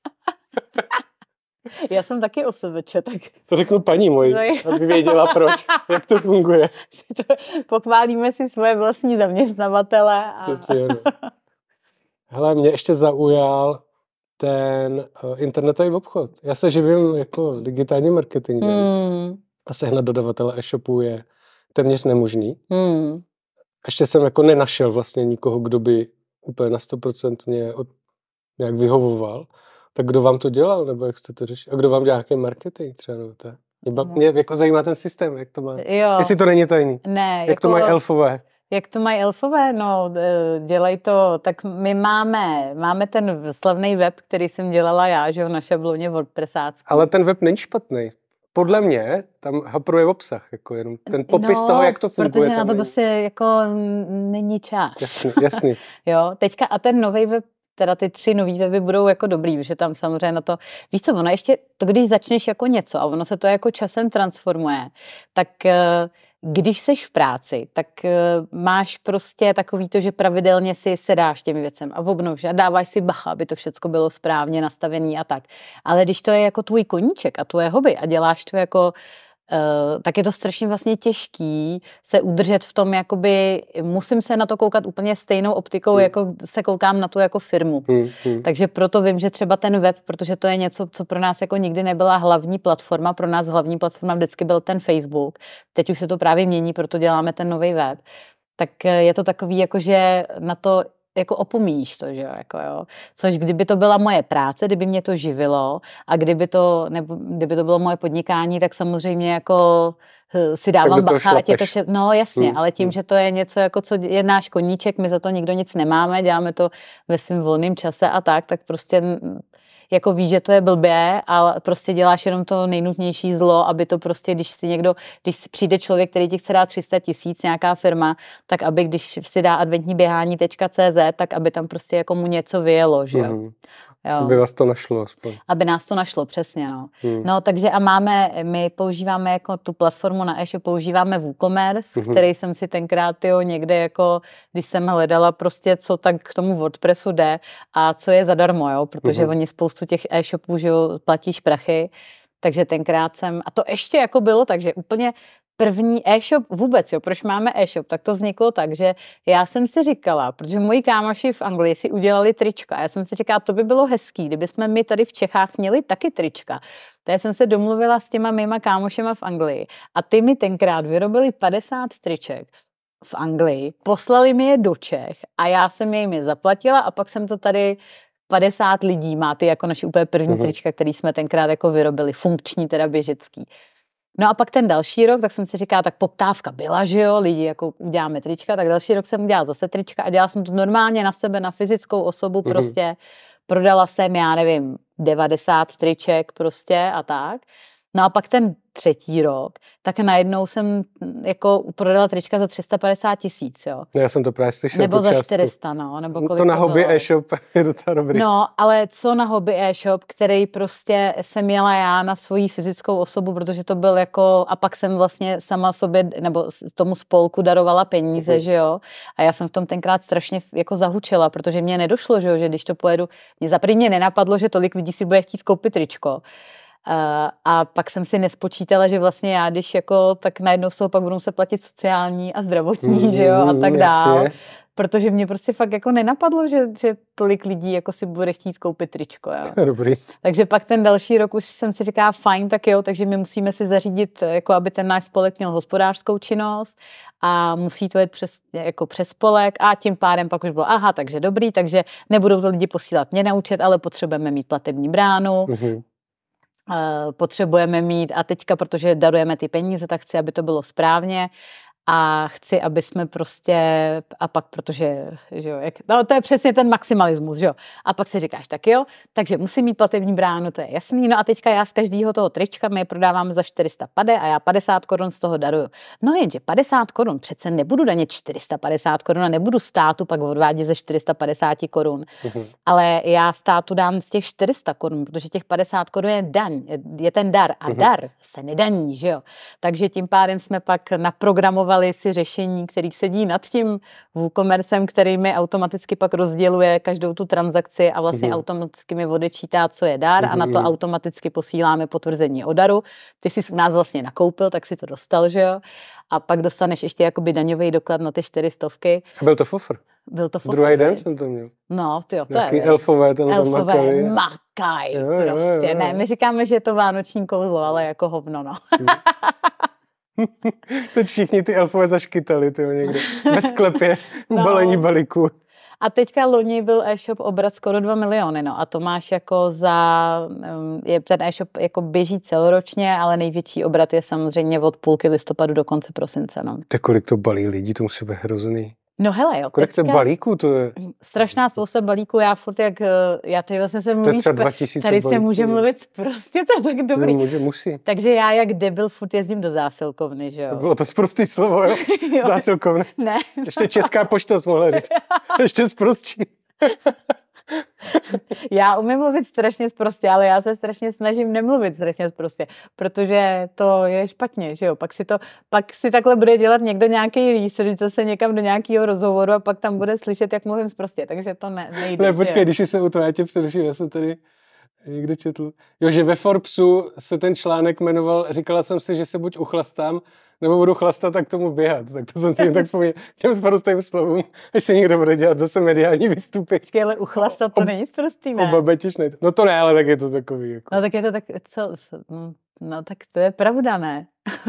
Já jsem taky osobeče, tak... To řeknu paní mojí, aby věděla proč, jak to funguje. Pochválíme si svoje vlastní zaměstnavatele. A... Přesně, no. Hele, mě ještě zaujal ten uh, internetový obchod. Já se živím jako digitálním marketingem mm. a sehnat dodavatele e-shopu je téměř nemožný. Mm. Ještě jsem jako nenašel vlastně nikoho, kdo by úplně na sto procent mě od, nějak vyhovoval. Tak kdo vám to dělal, nebo jak jste to řešili? A kdo vám dělá nějaký marketing třeba? Nebo to? Mě, mě jako zajímá ten systém, jak to má. Jo. Jestli to není tajný. Ne, jak jako... to mají elfové. Jak to mají elfové? No, dělají to, tak my máme, máme ten slavný web, který jsem dělala já, že jo, na šabloně WordPressácký. Ale ten web není špatný. Podle mě tam hapruje obsah, jako jenom ten popis no, toho, jak to funguje. Protože na to prostě jako není čas. Jasný, jasný. Jo, teďka a ten nový web, teda ty tři nový weby budou jako dobrý, protože tam samozřejmě na to, víš co, ono ještě, to když začneš jako něco a ono se to jako časem transformuje, tak když seš v práci, tak máš prostě takový to, že pravidelně si sedáš těmi věcem a obnovš a dáváš si bacha, aby to všecko bylo správně nastavené a tak. Ale když to je jako tvůj koníček a tvoje hobby a děláš to jako Uh, tak je to strašně vlastně těžký se udržet v tom, jakoby musím se na to koukat úplně stejnou optikou, hmm. jako se koukám na tu jako firmu. Hmm, hmm. Takže proto vím, že třeba ten web, protože to je něco, co pro nás jako nikdy nebyla hlavní platforma, pro nás hlavní platforma vždycky byl ten Facebook. Teď už se to právě mění, proto děláme ten nový web. Tak je to takový, jako že na to jako opomíjíš to, že jo, jako jo. Což kdyby to byla moje práce, kdyby mě to živilo a kdyby to, nebo kdyby to bylo moje podnikání, tak samozřejmě jako si dávám bacha, ať je to vše, no jasně, hmm. ale tím, že to je něco, jako co je náš koníček, my za to nikdo nic nemáme, děláme to ve svém volném čase a tak, tak prostě jako víš, že to je blbě, ale prostě děláš jenom to nejnutnější zlo, aby to prostě, když si někdo, když si přijde člověk, který ti chce dát tři sta tisíc, nějaká firma, tak aby když si dá adventní běhání tečka cé zet, tak aby tam prostě jako mu něco vyjelo, že jo. Mm. Jo. Aby vás to našlo aspoň. Aby nás to našlo, přesně, no. Hmm. No, takže a máme, my používáme jako tu platformu na e-shop, používáme WooCommerce, hmm. který jsem si tenkrát, jo, někde jako, když jsem hledala prostě, co tak k tomu WordPressu jde a co je zadarmo, jo, protože hmm. oni spoustu těch e-shopů, že jo, platíš prachy, takže tenkrát jsem, a to ještě jako bylo, takže úplně první e-shop vůbec, jo, proč máme e-shop, tak to vzniklo tak, že já jsem si říkala, protože moji kámoši v Anglii si udělali trička a já jsem si říkala, to by bylo hezký, kdyby jsme my tady v Čechách měli taky trička. Tak jsem se domluvila s těma mýma kámošema v Anglii a ty mi tenkrát vyrobili padesát triček v Anglii, poslali mi je do Čech a já jsem je jim je zaplatila a pak jsem to tady padesát lidí má ty jako naši úplně první mm-hmm. trička, který jsme tenkrát jako vyrobili, funkční, teda běžecký. No a pak ten další rok, tak jsem si říkala, tak poptávka byla, že jo, lidi jako uděláme trička, tak další rok jsem udělala zase trička a dělala jsem to normálně na sebe, na fyzickou osobu mm-hmm. prostě. Prodala jsem, já nevím, devadesát triček prostě a tak. No a pak ten třetí rok, tak najednou jsem jako prodala trička za tři sta padesát tisíc, jo. No, já jsem to právě slyšel. Nebo za čtyři sta, no. Nebo kolik to na to hobby bylo. e-shop je docela dobrý. No, ale co na hobby e-shop, který prostě jsem měla já na svoji fyzickou osobu, protože to byl jako, a pak jsem vlastně sama sobě, nebo tomu spolku darovala peníze, uh-huh. že jo. A já jsem v tom tenkrát strašně jako zahučela, protože mě nedošlo, že jo, že když to pojedu, mě za první mě nenapadlo, že tolik lidí si bude chtít koupit tričko. Uh, a pak jsem si nespočítala, že vlastně já, když jako, tak najednou z toho pak budou se platit sociální a zdravotní, mm, že jo, a tak dál. protože mě prostě fakt jako nenapadlo, že, že tolik lidí jako si bude chtít koupit tričko. Jo. To je dobrý. Takže pak ten další rok už jsem si říkala, fajn, tak jo, takže my musíme si zařídit, jako aby ten náš spolek měl hospodářskou činnost a musí to jít přes, jako přes spolek a tím pádem pak už bylo, aha, takže dobrý, takže nebudou to lidi posílat mě na účet, ale potřebujeme mít platební bránu, Mm-hmm. potřebujeme mít a teďka, protože darujeme ty peníze, tak chci, aby to bylo správně. A chci, aby jsme prostě, a pak protože, že jo, jak, no to je přesně ten maximalismus, že jo. A pak si říkáš, tak jo, takže musím mít platební bránu, to je jasný. No a teďka já z každého toho trička, my je prodáváme za čtyři sta pade a já padesát korun z toho daruju. No jenže padesát korun, přece nebudu danit čtyři sta padesát korun a nebudu státu pak odvádět ze čtyři sta padesát korun. Mhm. Ale já státu dám z těch čtyři sta korun, protože těch padesát korun je daň, je ten dar a mhm. dar se nedaní, že jo. Takže tím pádem jsme pak naprogramovali si řešení, který sedí nad tím WooCommercem, který mi automaticky pak rozděluje každou tu transakci a vlastně mm. automaticky mi odečítá, co je dar mm. a na to automaticky posíláme potvrzení o daru. Ty jsi u nás vlastně nakoupil, tak si to dostal, že jo? A pak dostaneš ještě jakoby daňový doklad na ty čtyři stovky. A byl to fofr? Byl to fofr. Druhý den jsem to měl. No, tyjo, to Nějaký je. elfové tam elfové makali. makaj, jo, jo, prostě. Jo, jo. Ne, my říkáme, že je to vánoční kouzlo, ale jako hovno, no. Teď všichni ty elfové zaškytali, tyjo, někde. Ve sklepě, u no. balení balíku. A teďka loni byl e-shop obrat skoro dva miliony, no a to máš jako za, je ten e-shop jako běží celoročně, ale největší obrat je samozřejmě od půlky listopadu do konce prosince, no. Tak kolik to balí lidí, to musí být hrozný. No hele jo. Kolik to balíků to je? Strašná spousta balíků, já furt jak, já tady vlastně se mluví, tady se může mluvit prostě, to je tak dobrý. Může, musí. Takže já jak debil furt jezdím do zásilkovny, že jo. To bylo to sprostý slovo, jo? jo. Zásilkovny. Ne. Ještě Česká pošta jsi mohla říct. Ještě sprostší. Já umím mluvit strašně sprostě, ale já se strašně snažím nemluvit strašně sprostě, protože to je špatně, že jo. Pak si to, pak si takhle bude dělat někdo nějaký research, zase někam do nějakého rozhovoru a pak tam bude slyšet, jak mluvím sprostě, takže to ne, nejde. Ne, počkej, když se u toho, já tě přeruším, já jsem tady někde četl. Jo, že ve Forbesu se ten článek jmenoval, říkala jsem si, že se buď uchlastám, nebo budu chlastat, tak tomu běhat. Tak to jsem si jen tak vzpomněl těm sprostým slovům, až se někdo bude dělat zase mediální výstupy. Počkej, ale uchlastat to o, není sprostý, ne? Babetiš, ne? No to ne, ale tak je to takový. Jako. No tak je to tak, co, no tak to je pravda, ne?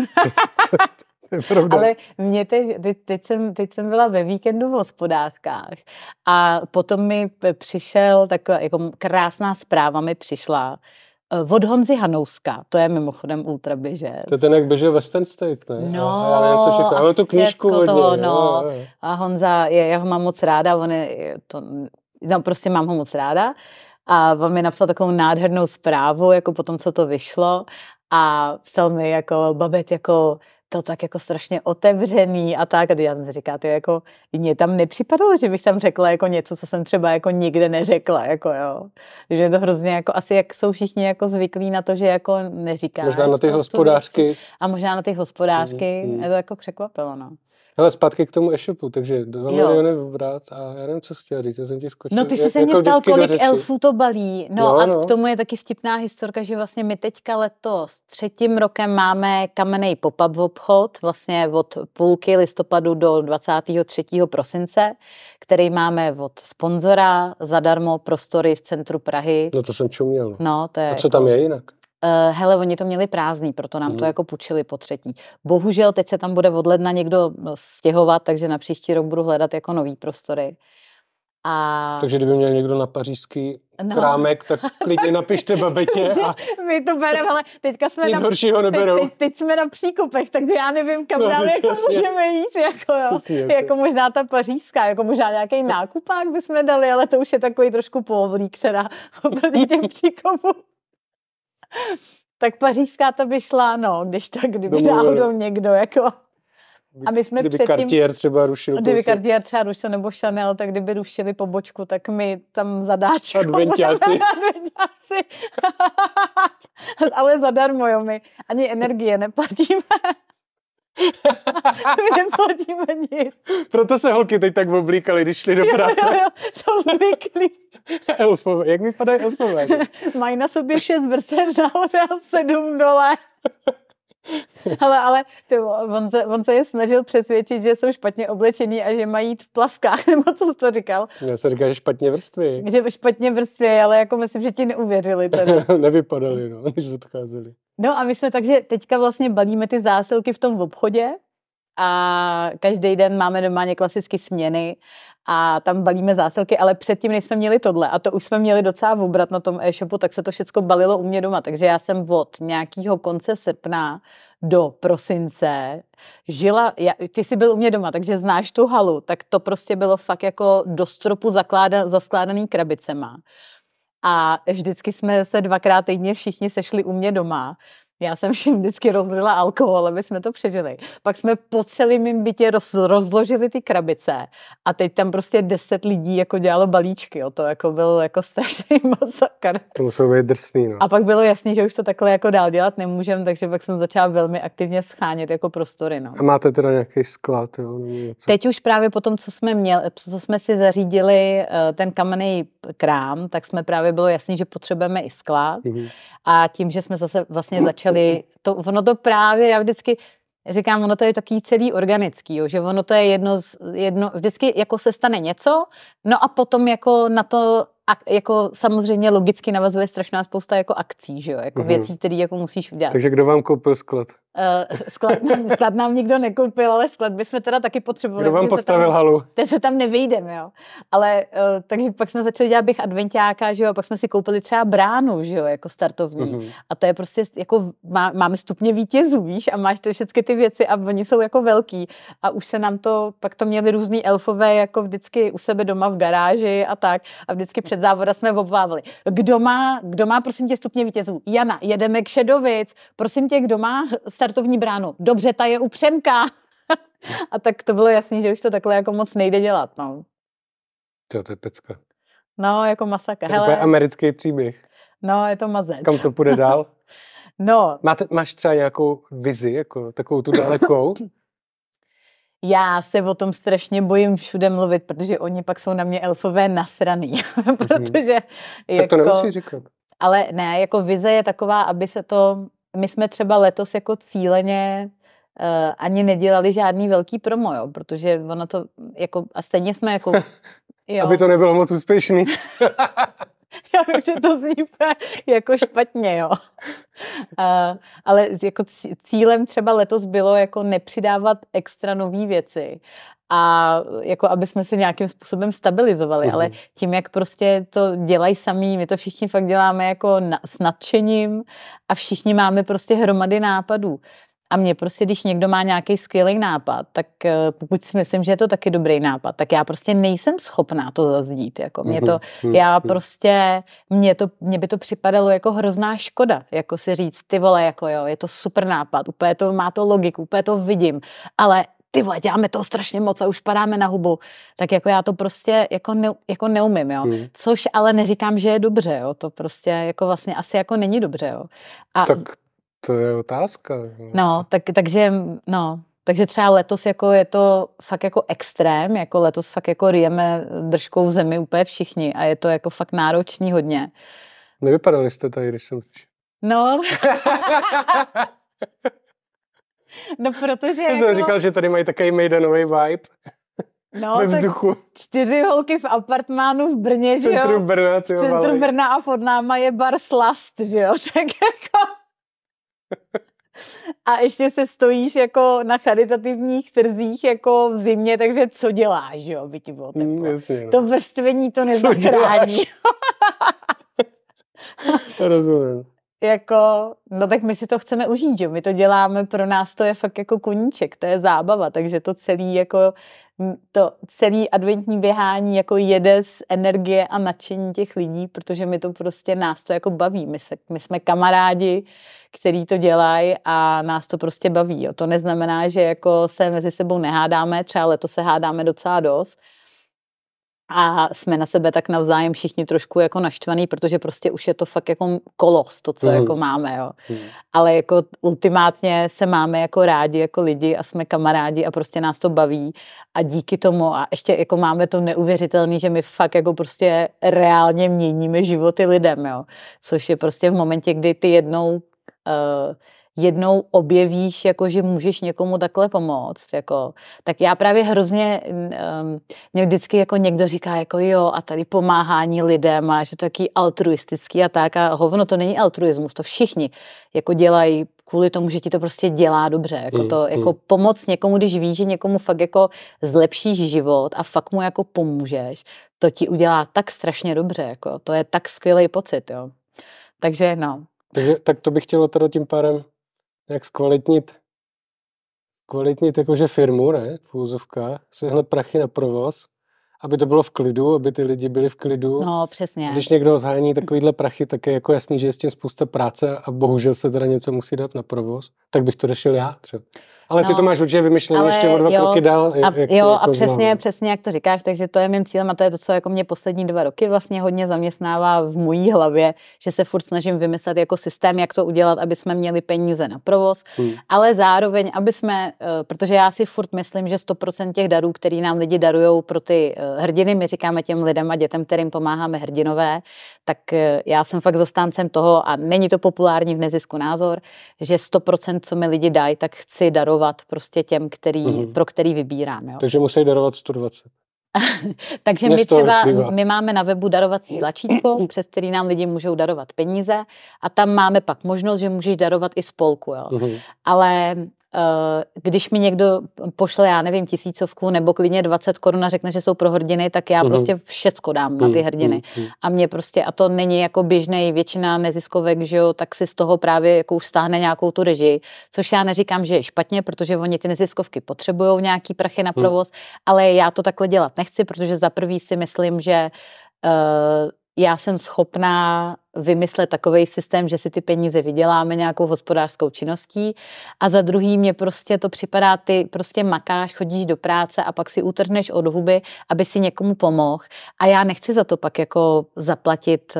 To je pravda. Ale mě teď, teď, teď, jsem, teď jsem byla ve víkendu v hospodářkách a potom mi přišel taková jako krásná zpráva mi přišla od Honzy Hanouska, to je mimochodem ultraběžec. To je ten, jak běžel Western State, ne? No, a já nevím, co všechno, ale tu knížku hodně. Toho, no. Jo, jo. A Honza, je, já ho mám moc ráda, on je, to, no prostě mám ho moc ráda a on mi napsal takovou nádhernou zprávu, jako potom, co to vyšlo a psal mi jako, Babet, jako to tak jako strašně otevřený a tak. A já jsem si říkala, to jako, mně tam nepřipadalo, že bych tam řekla jako něco, co jsem třeba jako nikde neřekla, jako jo. Že je to hrozně jako, asi jak jsou všichni jako zvyklí na to, že jako neříkáš. Možná na ty hospodářky. Věcí. A možná na ty hospodářky, mm, mm. je to jako překvapilo, no. Ale zpátky k tomu e-shopu, takže dva miliony obrat a já nevím, co jsi chtěla říct, já jsem ti skočil. No ty jsi se mě jako ptal, kolik elfů to balí. No jo, a no. K tomu je taky vtipná historka, že vlastně my teďka letos třetím rokem máme kamenný pop-up obchod, vlastně od půlky listopadu do dvacátého třetího prosince, který máme od sponzora zadarmo prostory v centru Prahy. No to jsem čuměl. No, to je a co jako... tam je jinak? Uh, hele, oni to měli prázdný, proto nám mm. to jako půjčili po třetí. Bohužel teď se tam bude od ledna někdo stěhovat, takže na příští rok budu hledat jako nový prostory. A... Takže kdyby měl někdo na pařížský no. krámek, tak klidně napište Babetě. A... My to bereme, ale teďka jsme nic na... horšího neberou. Teď, teď, teď jsme na příkupech, takže já nevím, kam no, dál jako můžeme jít. Jako, jo. Jako. jako možná ta pařížská, jako možná nějaký nákupák bychom dali, ale to už je takový trošku povlík, teda oproti těm příkupům. Tak pařížská to by šla, no, když tak, kdyby náhodou někdo, jako... A my jsme kdyby předtím, Cartier třeba rušil. Kdyby Cartier třeba rušil, nebo Chanel, tak kdyby rušili pobočku, tak my tam zadáčko... Adventiáci. Adventiáci. Ale zadarmo, jo, my ani energie neplatíme. My neplatíme nic. Proto se holky teď tak oblíkaly, když šli do práce. Jo, jo, jo, jsou zvyklí. Elfové. Jak vypadají elfové? Mají na sobě šest vrstev nahoře a sedm dole. ale, ale ty, on, se, on se je snažil přesvědčit, že jsou špatně oblečení a že mají jít v plavkách, nebo co jsi to říkal? Já se říká, že špatně vrství. Že špatně vrství, ale jako myslím, že ti neuvěřili teda. Nevypadali, no, když odcházeli. No a my jsme takže teďka vlastně balíme ty zásilky v tom obchodě a každý den máme doma klasicky směny a tam balíme zásilky, ale předtím, než jsme měli tohle, a to už jsme měli docela obrat na tom e-shopu, tak se to všechno balilo u mě doma, takže já jsem od nějakého konce srpna do prosince žila, já, ty jsi byl u mě doma, takže znáš tu halu, tak to prostě bylo fakt jako do stropu zakláda, zaskládaný krabicema. A vždycky jsme se dvakrát týdně všichni sešli u mě doma. Já jsem všim vždycky rozlila alkohol, aby jsme to přežili. Pak jsme po celém mým bytě roz, rozložili ty krabice a teď tam prostě deset lidí jako dělalo balíčky. Jo. To jako byl jako strašný masakr. To muselo být drsný, no. A pak bylo jasný, že už to takhle jako dál dělat nemůžem, takže pak jsem začala velmi aktivně schánět jako prostory. No. A máte teda nějaký sklad, jo? Teď už právě po tom, co jsme měli, co jsme si zařídili ten kamenný krám, tak jsme právě bylo jasný, že potřebujeme i sklad. Mm-hmm. A tím, že jsme zase vlastně začali, to, ono to právě, já vždycky říkám, ono to je takový celý organický, jo, že ono to je jedno, z, jedno, vždycky jako se stane něco, no a potom jako na to, jako samozřejmě logicky navazuje strašná spousta jako akcí, že jo, jako mm-hmm. věcí, které jako musíš udělat. Takže kdo vám koupil sklad? Uh, sklad, sklad nám nikdo nekoupil, ale sklad bychom teda taky potřebovali. Kdo vám postavil tam, halu? Teď se tam nevejdeme, jo. Ale uh, takže pak jsme začali dělat běh adventiáka, že jo, a pak jsme si koupili třeba bránu, že jo, jako startovní. Mm-hmm. A to je prostě jako, má, máme stupně vítězů, víš, a máš ty všechny ty věci a oni jsou jako velký. A už se nám to, pak to měli různý elfové jako vždycky u sebe doma v garáži a tak. A vždycky před závoda jsme obvávali. Kdo má, kdo má, prosím tě, stupně vítězů? Jana, jedeme k Šedovic. Prosím tě, kdo má startovní bránu? Dobře, ta je u Přemka. A tak to bylo jasný, že už to takhle jako moc nejde dělat, no. Co, to je pecka. No, jako masakr. To je Hele, americký příběh. No, je to mazec. Kam to půjde dál? No. Máte, máš třeba nějakou vizi, jako takovou tu dalekou? Já se o tom strašně bojím všude mluvit, protože oni pak jsou na mě elfové nasraný. Protože tak jako, to nemusí říkat. Ale ne, jako vize je taková, aby se to, my jsme třeba letos jako cíleně uh, ani nedělali žádný velký promo, jo, protože ono to jako, a stejně jsme jako, jo. Aby to nebylo moc úspěšný. Já vím, že to zní jako špatně, jo. Uh, ale jako cílem třeba letos bylo jako nepřidávat extra nový věci a jako aby jsme se nějakým způsobem stabilizovali, uh-huh. ale tím, jak prostě to dělají sami, my to všichni fakt děláme jako na, s nadšením a všichni máme prostě hromady nápadů. A mě prostě, když někdo má nějaký skvělý nápad, tak pokud si myslím, že je to taky dobrý nápad, tak já prostě nejsem schopná to zazdít. Jako mě to, já prostě, mě, to, mě by to připadalo jako hrozná škoda, jako si říct, ty vole, jako jo, je to super nápad, úplně to, má to logiku, úplně to vidím, ale ty vole, děláme toho strašně moc a už padáme na hubu, tak jako já to prostě jako, ne, jako neumím, jo. Hmm. Což ale neříkám, že je dobře, jo, to prostě jako vlastně asi jako není dobře, jo. A tak to je otázka. No, tak, takže, no, takže třeba letos jako je to fakt jako extrém, jako letos fakt jako ryjeme držkou v zemi úplně všichni a je to jako fakt náročný hodně. Nevypadali jste tady, když jsem přišel. No. No, protože Já jako... jsem říkal, že tady mají takový mejdanový vibe. No, ve vzduchu. Čtyři holky v apartmánu v Brně, že jo? Centru Brna, tyjo, v centru Brna a pod náma je bar Slast, že jo? Tak jako... A ještě se stojíš jako na charitativních trzích jako v zimě, takže co děláš, jo, by ti bylo teplo. Mm, jasně, no. To vrstvení to nezachrání. Rozumím. Jako, no tak my si to chceme užít, jo, my to děláme, pro nás to je fakt jako koníček, to je zábava, takže to celý jako, to celý adventní běhání jako jede z energie a nadšení těch lidí, protože my to prostě, nás to jako baví, my, se, my jsme kamarádi, který to dělají a nás to prostě baví, jo. To neznamená, že jako se mezi sebou nehádáme, třeba letos se hádáme docela dost, a jsme na sebe tak navzájem všichni trošku jako naštvaný, protože prostě už je to fakt jako kolos, to, co mm. jako máme, jo. Mm. Ale jako ultimátně se máme jako rádi, jako lidi a jsme kamarádi a prostě nás to baví a díky tomu a ještě jako máme to neuvěřitelný, že my fakt jako prostě reálně měníme životy lidem, jo. Což je prostě v momentě, kdy ty jednou uh, jednou objevíš, jako že můžeš někomu takhle pomoct, jako, tak já právě hrozně, um, mě vždycky jako někdo říká, jako jo, a tady pomáhání lidem a že to je taky altruistický a tak a hovno, to není altruismus, to všichni jako dělají kvůli tomu, že ti to prostě dělá dobře, jako to, mm, jako mm. pomoc někomu, když víš, že někomu fakt jako zlepšíš život a fakt mu jako pomůžeš, to ti udělá tak strašně dobře, jako to je tak skvělý pocit, jo. Takže no. Takže tak to bych chtělo teda tím pádem jak zkvalitnit kvalitnit jakože firmu, ne, v úzovkách, sehnat prachy na provoz, aby to bylo v klidu, aby ty lidi byli v klidu. No, přesně. Když někdo zhání takovýhle prachy, tak je jako jasný, že je s tím spousta práce a bohužel se teda něco musí dát na provoz, tak bych to řešil já třeba. Ale ty no, to máš určitě vymyšlené ještě o dva jo, kroky dál. A, jak, jo, jako a přesně, znám. přesně jak to říkáš, takže to je mým cílem a to je to, co jako mě poslední dva roky vlastně hodně zaměstnává v mojí hlavě, že se furt snažím vymyslet jako systém, jak to udělat, aby jsme měli peníze na provoz, hmm. ale zároveň, aby jsme, protože já si furt myslím, že sto procent těch darů, který nám lidi darujou pro ty hrdiny, my říkáme těm lidem a dětem, kterým pomáháme hrdinové, tak já jsem fakt zastáncem toho a není to populární v nezisku názor, že sto procent, co mi lidi dají, tak chci darovat prostě těm, který, mm-hmm. pro který vybírám. Jo. Takže musí darovat sto dvacet. Takže my třeba, my máme na webu darovací tlačítko, přes který nám lidi můžou darovat peníze a tam máme pak možnost, že můžeš darovat i spolku. Jo. Mm-hmm. Ale když mi někdo pošle, já nevím, tisícovku nebo klidně dvacet korun a řekne, že jsou pro hrdiny, tak já mm. prostě všecko dám mm. na ty hrdiny. Mm. A mě prostě, a to není jako běžnej, většina neziskovek, že jo, tak si z toho právě jako už stáhne nějakou tu režii, což já neříkám, že je špatně, protože oni ty neziskovky potřebujou nějaký prachy na provoz, mm. ale já to takhle dělat nechci, protože za prvý si myslím, že uh, já jsem schopná vymyslet takovej systém, že si ty peníze vyděláme nějakou hospodářskou činností a za druhý mě prostě to připadá, ty prostě makáš, chodíš do práce a pak si utrhneš od huby, aby si někomu pomohl a já nechci za to pak jako zaplatit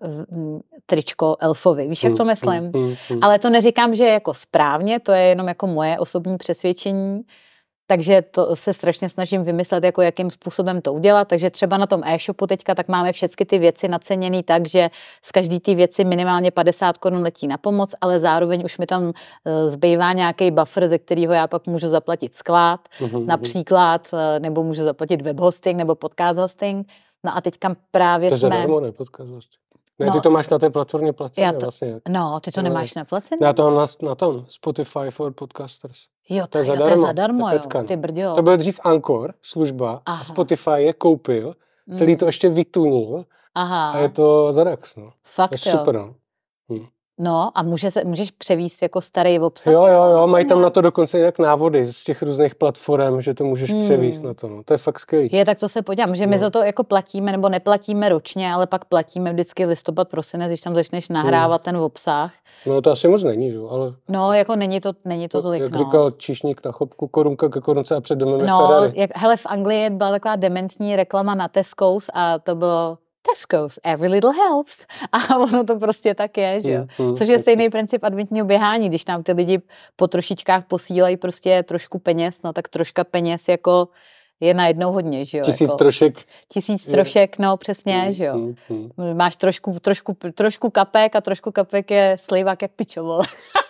uh, tričko elfovi, víš, jak to myslím? Mm, mm, mm. Ale to neříkám, že je jako správně, to je jenom jako moje osobní přesvědčení. Takže to se strašně snažím vymyslet, jako jakým způsobem to udělat. Takže třeba na tom e-shopu teďka tak máme všechny ty věci naceněný tak, že z každý ty věci minimálně padesát korun letí na pomoc, ale zároveň už mi tam zbývá nějaký buffer, ze kterého já pak můžu zaplatit sklad, mm-hmm. například, nebo můžu zaplatit web hosting nebo podcast hosting. No a teďka právě to jsme... To je zadarmo, ne, podcast hosting. Ne, no, ty to máš na té platformě placené vlastně. No, ty to no, nemáš na placené? Já to mám na, na tom, Spotify for Podcasters. Jo, to, to je zadarmo, to je zadarmo jo, ty brďo. To byl dřív Anchor, služba, Aha. a Spotify je koupil, celý mm. to ještě vytunil Aha. a je to zadax, no. Fakt je super, no. Hm. No a může se, můžeš převíst jako starý obsah? Jo, jo, jo, mají tam na to dokonce nějak návody z těch různých platform, že to můžeš hmm. převíst na to, no. To je fakt skvělý. Je, tak to se podívám, že my no. za to jako platíme, nebo neplatíme ročně, ale pak platíme vždycky listopad, prosinec, když tam začneš nahrávat hmm. ten obsah. No to asi moc není, že? Ale... No, jako není to, není to tolik, jak no. říkal číšník na chopku, korunka ke korunce a před domem je no, Ferrari. Jak, hele, v Anglii byla taková dementní reklama na Tesco's a to bylo Tesco's, every little helps. A ono to prostě tak je, že jo. Mm, mm, Což je stejný princip adventního běhání, když nám ty lidi po trošičkách posílají prostě trošku peněz, no tak troška peněz jako je najednou hodně, že jo. Tisíc jako, trošek. Tisíc trošek, no přesně, mm, že jo. Mm, mm. Máš trošku, trošku, trošku kapek a trošku kapek je slivák jak pičo,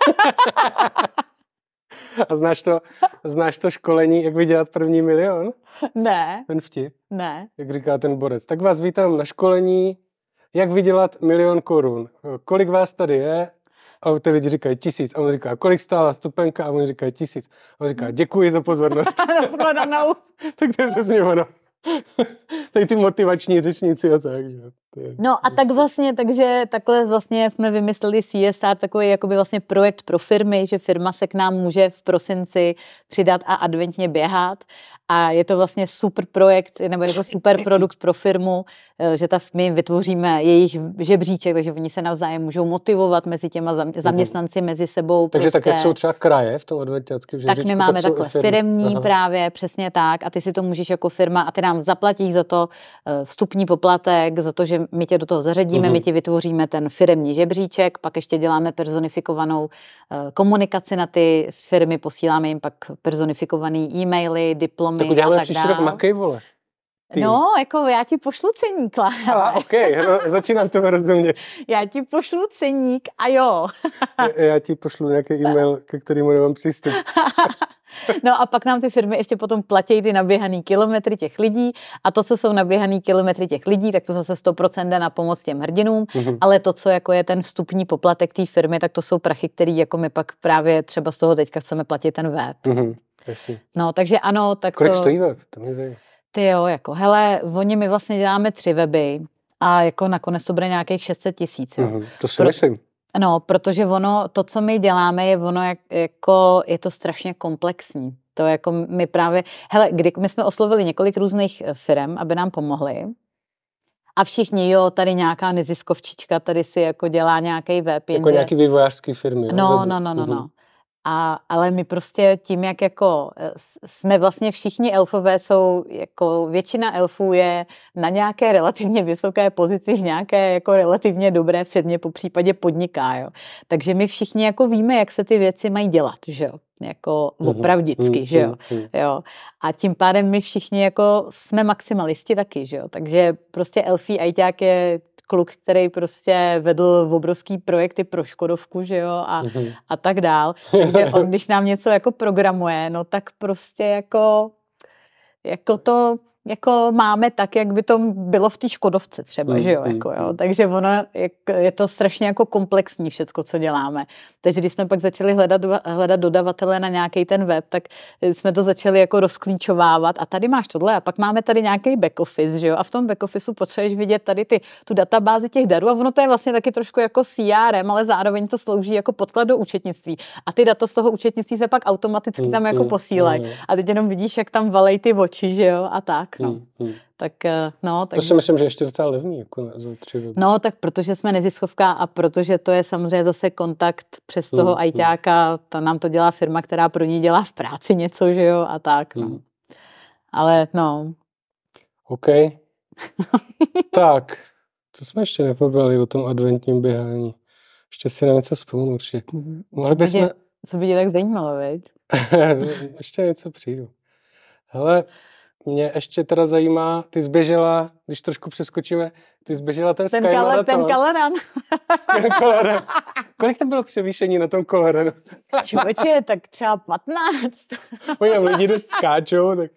A znáš to, znáš to školení, jak vydělat první milion? Ne. Ten vtip? Ne. Jak říká ten borec. Tak vás vítám na školení, jak vydělat milion korun. Kolik vás tady je? A ty lidi říkají tisíc. A on říká, kolik stála stupenka? A on říká tisíc. A on říká, děkuji za pozornost. Nashledanou. Tak to je přesně ono. Tady ty motivační řečníci a tak, že? No a tak vlastně, takže takhle vlastně jsme vymysleli C S R, takový jakoby vlastně projekt pro firmy, že firma se k nám může v prosinci přidat a adventně běhat a je to vlastně super projekt, nebo jako super produkt pro firmu, že ta, my vytvoříme jejich žebříček, takže oni se navzájem můžou motivovat mezi těma zaměstnanci, mezi sebou. Takže prostě. Tak, jak jsou třeba kraje v tom adventňáckém žebříčku, tak my máme tak takhle firemní Aha. právě, přesně tak a ty si to můžeš jako firma a ty nám zaplatíš za to vstupní poplatek, za to, že my tě do toho zařadíme, uh-huh. my ti vytvoříme ten firemní žebříček, pak ještě děláme personifikovanou uh, komunikaci na ty firmy, posíláme jim pak personifikovaný e-maily, diplomy tak uděláme a tak příští rok dál. Makej, vole. Ty. No, jako já ti pošlu ceník, Aha, ok, no, začínám to rozumět. Já ti pošlu ceník a jo. já, já ti pošlu nějaký e-mail, ke kterému nemám přístup. No a pak nám ty firmy ještě potom platí ty naběhaný kilometry těch lidí a to, co jsou naběhaný kilometry těch lidí, tak to zase sto procent jde na pomoc těm hrdinům, mm-hmm. ale to, co jako je ten vstupní poplatek té firmy, tak to jsou prachy, který jako my pak právě třeba z toho teďka chceme platit ten web. Mm-hmm. Jasně. No, takže ano, tak Kolik to... stojí web? To mě zajímá. Ty jo, jako, hele, oni my vlastně děláme tři weby a jako nakonec to bude nějakých šest set tisíc. Mm-hmm. To si Pro... myslím. No, protože ono, to, co my děláme, je ono, jak, jako, je to strašně komplexní. To jako my právě, hele, kdy my jsme oslovili několik různých firm, aby nám pomohli a všichni, jo, tady nějaká neziskovčička, tady si jako dělá nějaký web. Jenže... Jako nějaký vývojářský firmy. No, no, no, no, no. Mm-hmm. A, ale my prostě tím, jak jako jsme vlastně všichni elfové jsou, jako většina elfů je na nějaké relativně vysoké pozici v nějaké jako relativně dobré firmě, po případě podniká, jo. Takže my všichni jako víme, jak se ty věci mají dělat, že jo. Jako opravdicky, že jo. jo. A tím pádem my všichni jako jsme maximalisti taky, že jo. Takže prostě elfí ajťák je kluk, který prostě vedl obrovský projekty pro Škodovku, že jo, a, mm-hmm. a tak dál. Takže on, když nám něco jako programuje, no tak prostě jako, jako to jako máme tak, jak by to bylo v té Škodovce třeba, mm, že jo, jako jo. Takže ono je, je to strašně jako komplexní všecko, co děláme. Takže když jsme pak začali hledat, hledat dodavatele na nějaký ten web, tak jsme to začali jako rozklíčovávat a tady máš tohle a pak máme tady nějaký back office, že jo, a v tom back officeu potřebuješ vidět tady ty, tu databázi těch darů a ono to je vlastně taky trošku jako C R M, ale zároveň to slouží jako podklad do účetnictví a ty data z toho účetnictví se pak automaticky tam jako posílají a teď jenom vidíš, jak tam valej ty oči, že jo, a tak. No. Hmm, hmm. Tak, no, tak... To si myslím, že ještě docela levný, jako za tři weby. No, tak protože jsme neziskovka a protože to je samozřejmě zase kontakt přes toho hmm, ajťáka, ta nám to dělá firma, která pro ní dělá v práci něco, že jo, a tak, no. Hmm. Ale, no. OK. Tak, co jsme ještě nepobrali o tom adventním běhání? Ještě si na něco vzpomenu určitě. Co by, jsme... tě, co by tě tak zajímalo, veď? Ještě něco přijdu. Hele, mě ještě teda zajímá, ty zběžela, když trošku přeskočíme, ty zběžela ten, ten Skymarathon. Ten Kaleran. Ten Kaleran. Kolik tam bylo převýšení na tom Kaleranu? Člověče, tak třeba patnáct. Oni tam lidi dost skáčou, tak...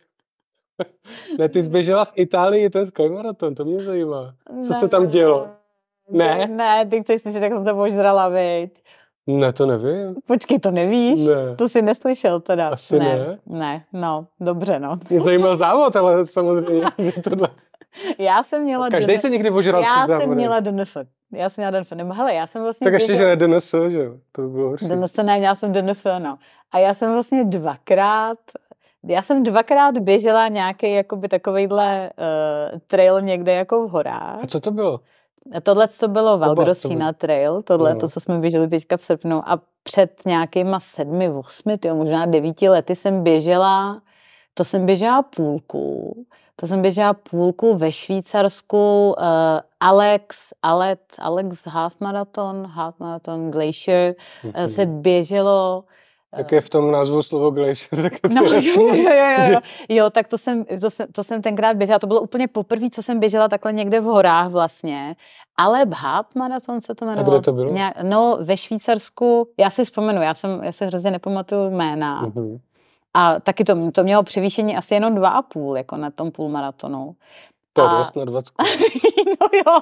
Ne, ty zběžela v Itálii ten Skymarathon, to mě zajímá. Co ne, se tam dělo? Ne? Ne, ty chceš slyšet, jak jsem to požrala, viď? Ne, to nevím. Počkej, to nevíš? Ne. To jsi neslyšel teda. Asi ne. Ne, ne no, dobře, no. Mě zajímal závod, ale samozřejmě tohle. Já jsem měla... Každý se někdy ožral Já před jsem měla D N F. Já jsem měla D N F. Nebo hele, já jsem vlastně... Tak ještě, že ne D N S, že jo? To by bylo horší. D N S ne, měla jsem D N F, no. A já jsem vlastně dvakrát... Já jsem dvakrát běžela nějaký jakoby takovejhle uh, trail někde jako v horách. A co to bylo? Tohle to bylo Valgrosina Trail, tohle, no. To, co jsme běželi teďka v srpnu a před nějakýma sedmi, osmi, tyjo, možná devíti lety jsem běžela, to jsem běžela půlku, to jsem běžela půlku ve Švýcarsku, uh, Alex, Alex, Alex Half Marathon, Half Marathon Glacier, mm-hmm. uh, se běželo. Jak je v tom názvu slovo glacier, tak je to no, jasný, jo, jo, jo, že... jo. jo, tak to jsem, to, jsem, to jsem tenkrát běžela, to bylo úplně poprvé, co jsem běžela takhle někde v horách vlastně, ale Half Marathon se to jmenovalo. A kde to bylo? Nějak, no, ve Švýcarsku, já si vzpomenu, já, jsem, já se hrozně nepamatuju jména. Uh-huh. A taky to, to mělo převýšení asi jenom dva a půl, jako na tom půlmaratonu. To je dost na dvacet. No jo.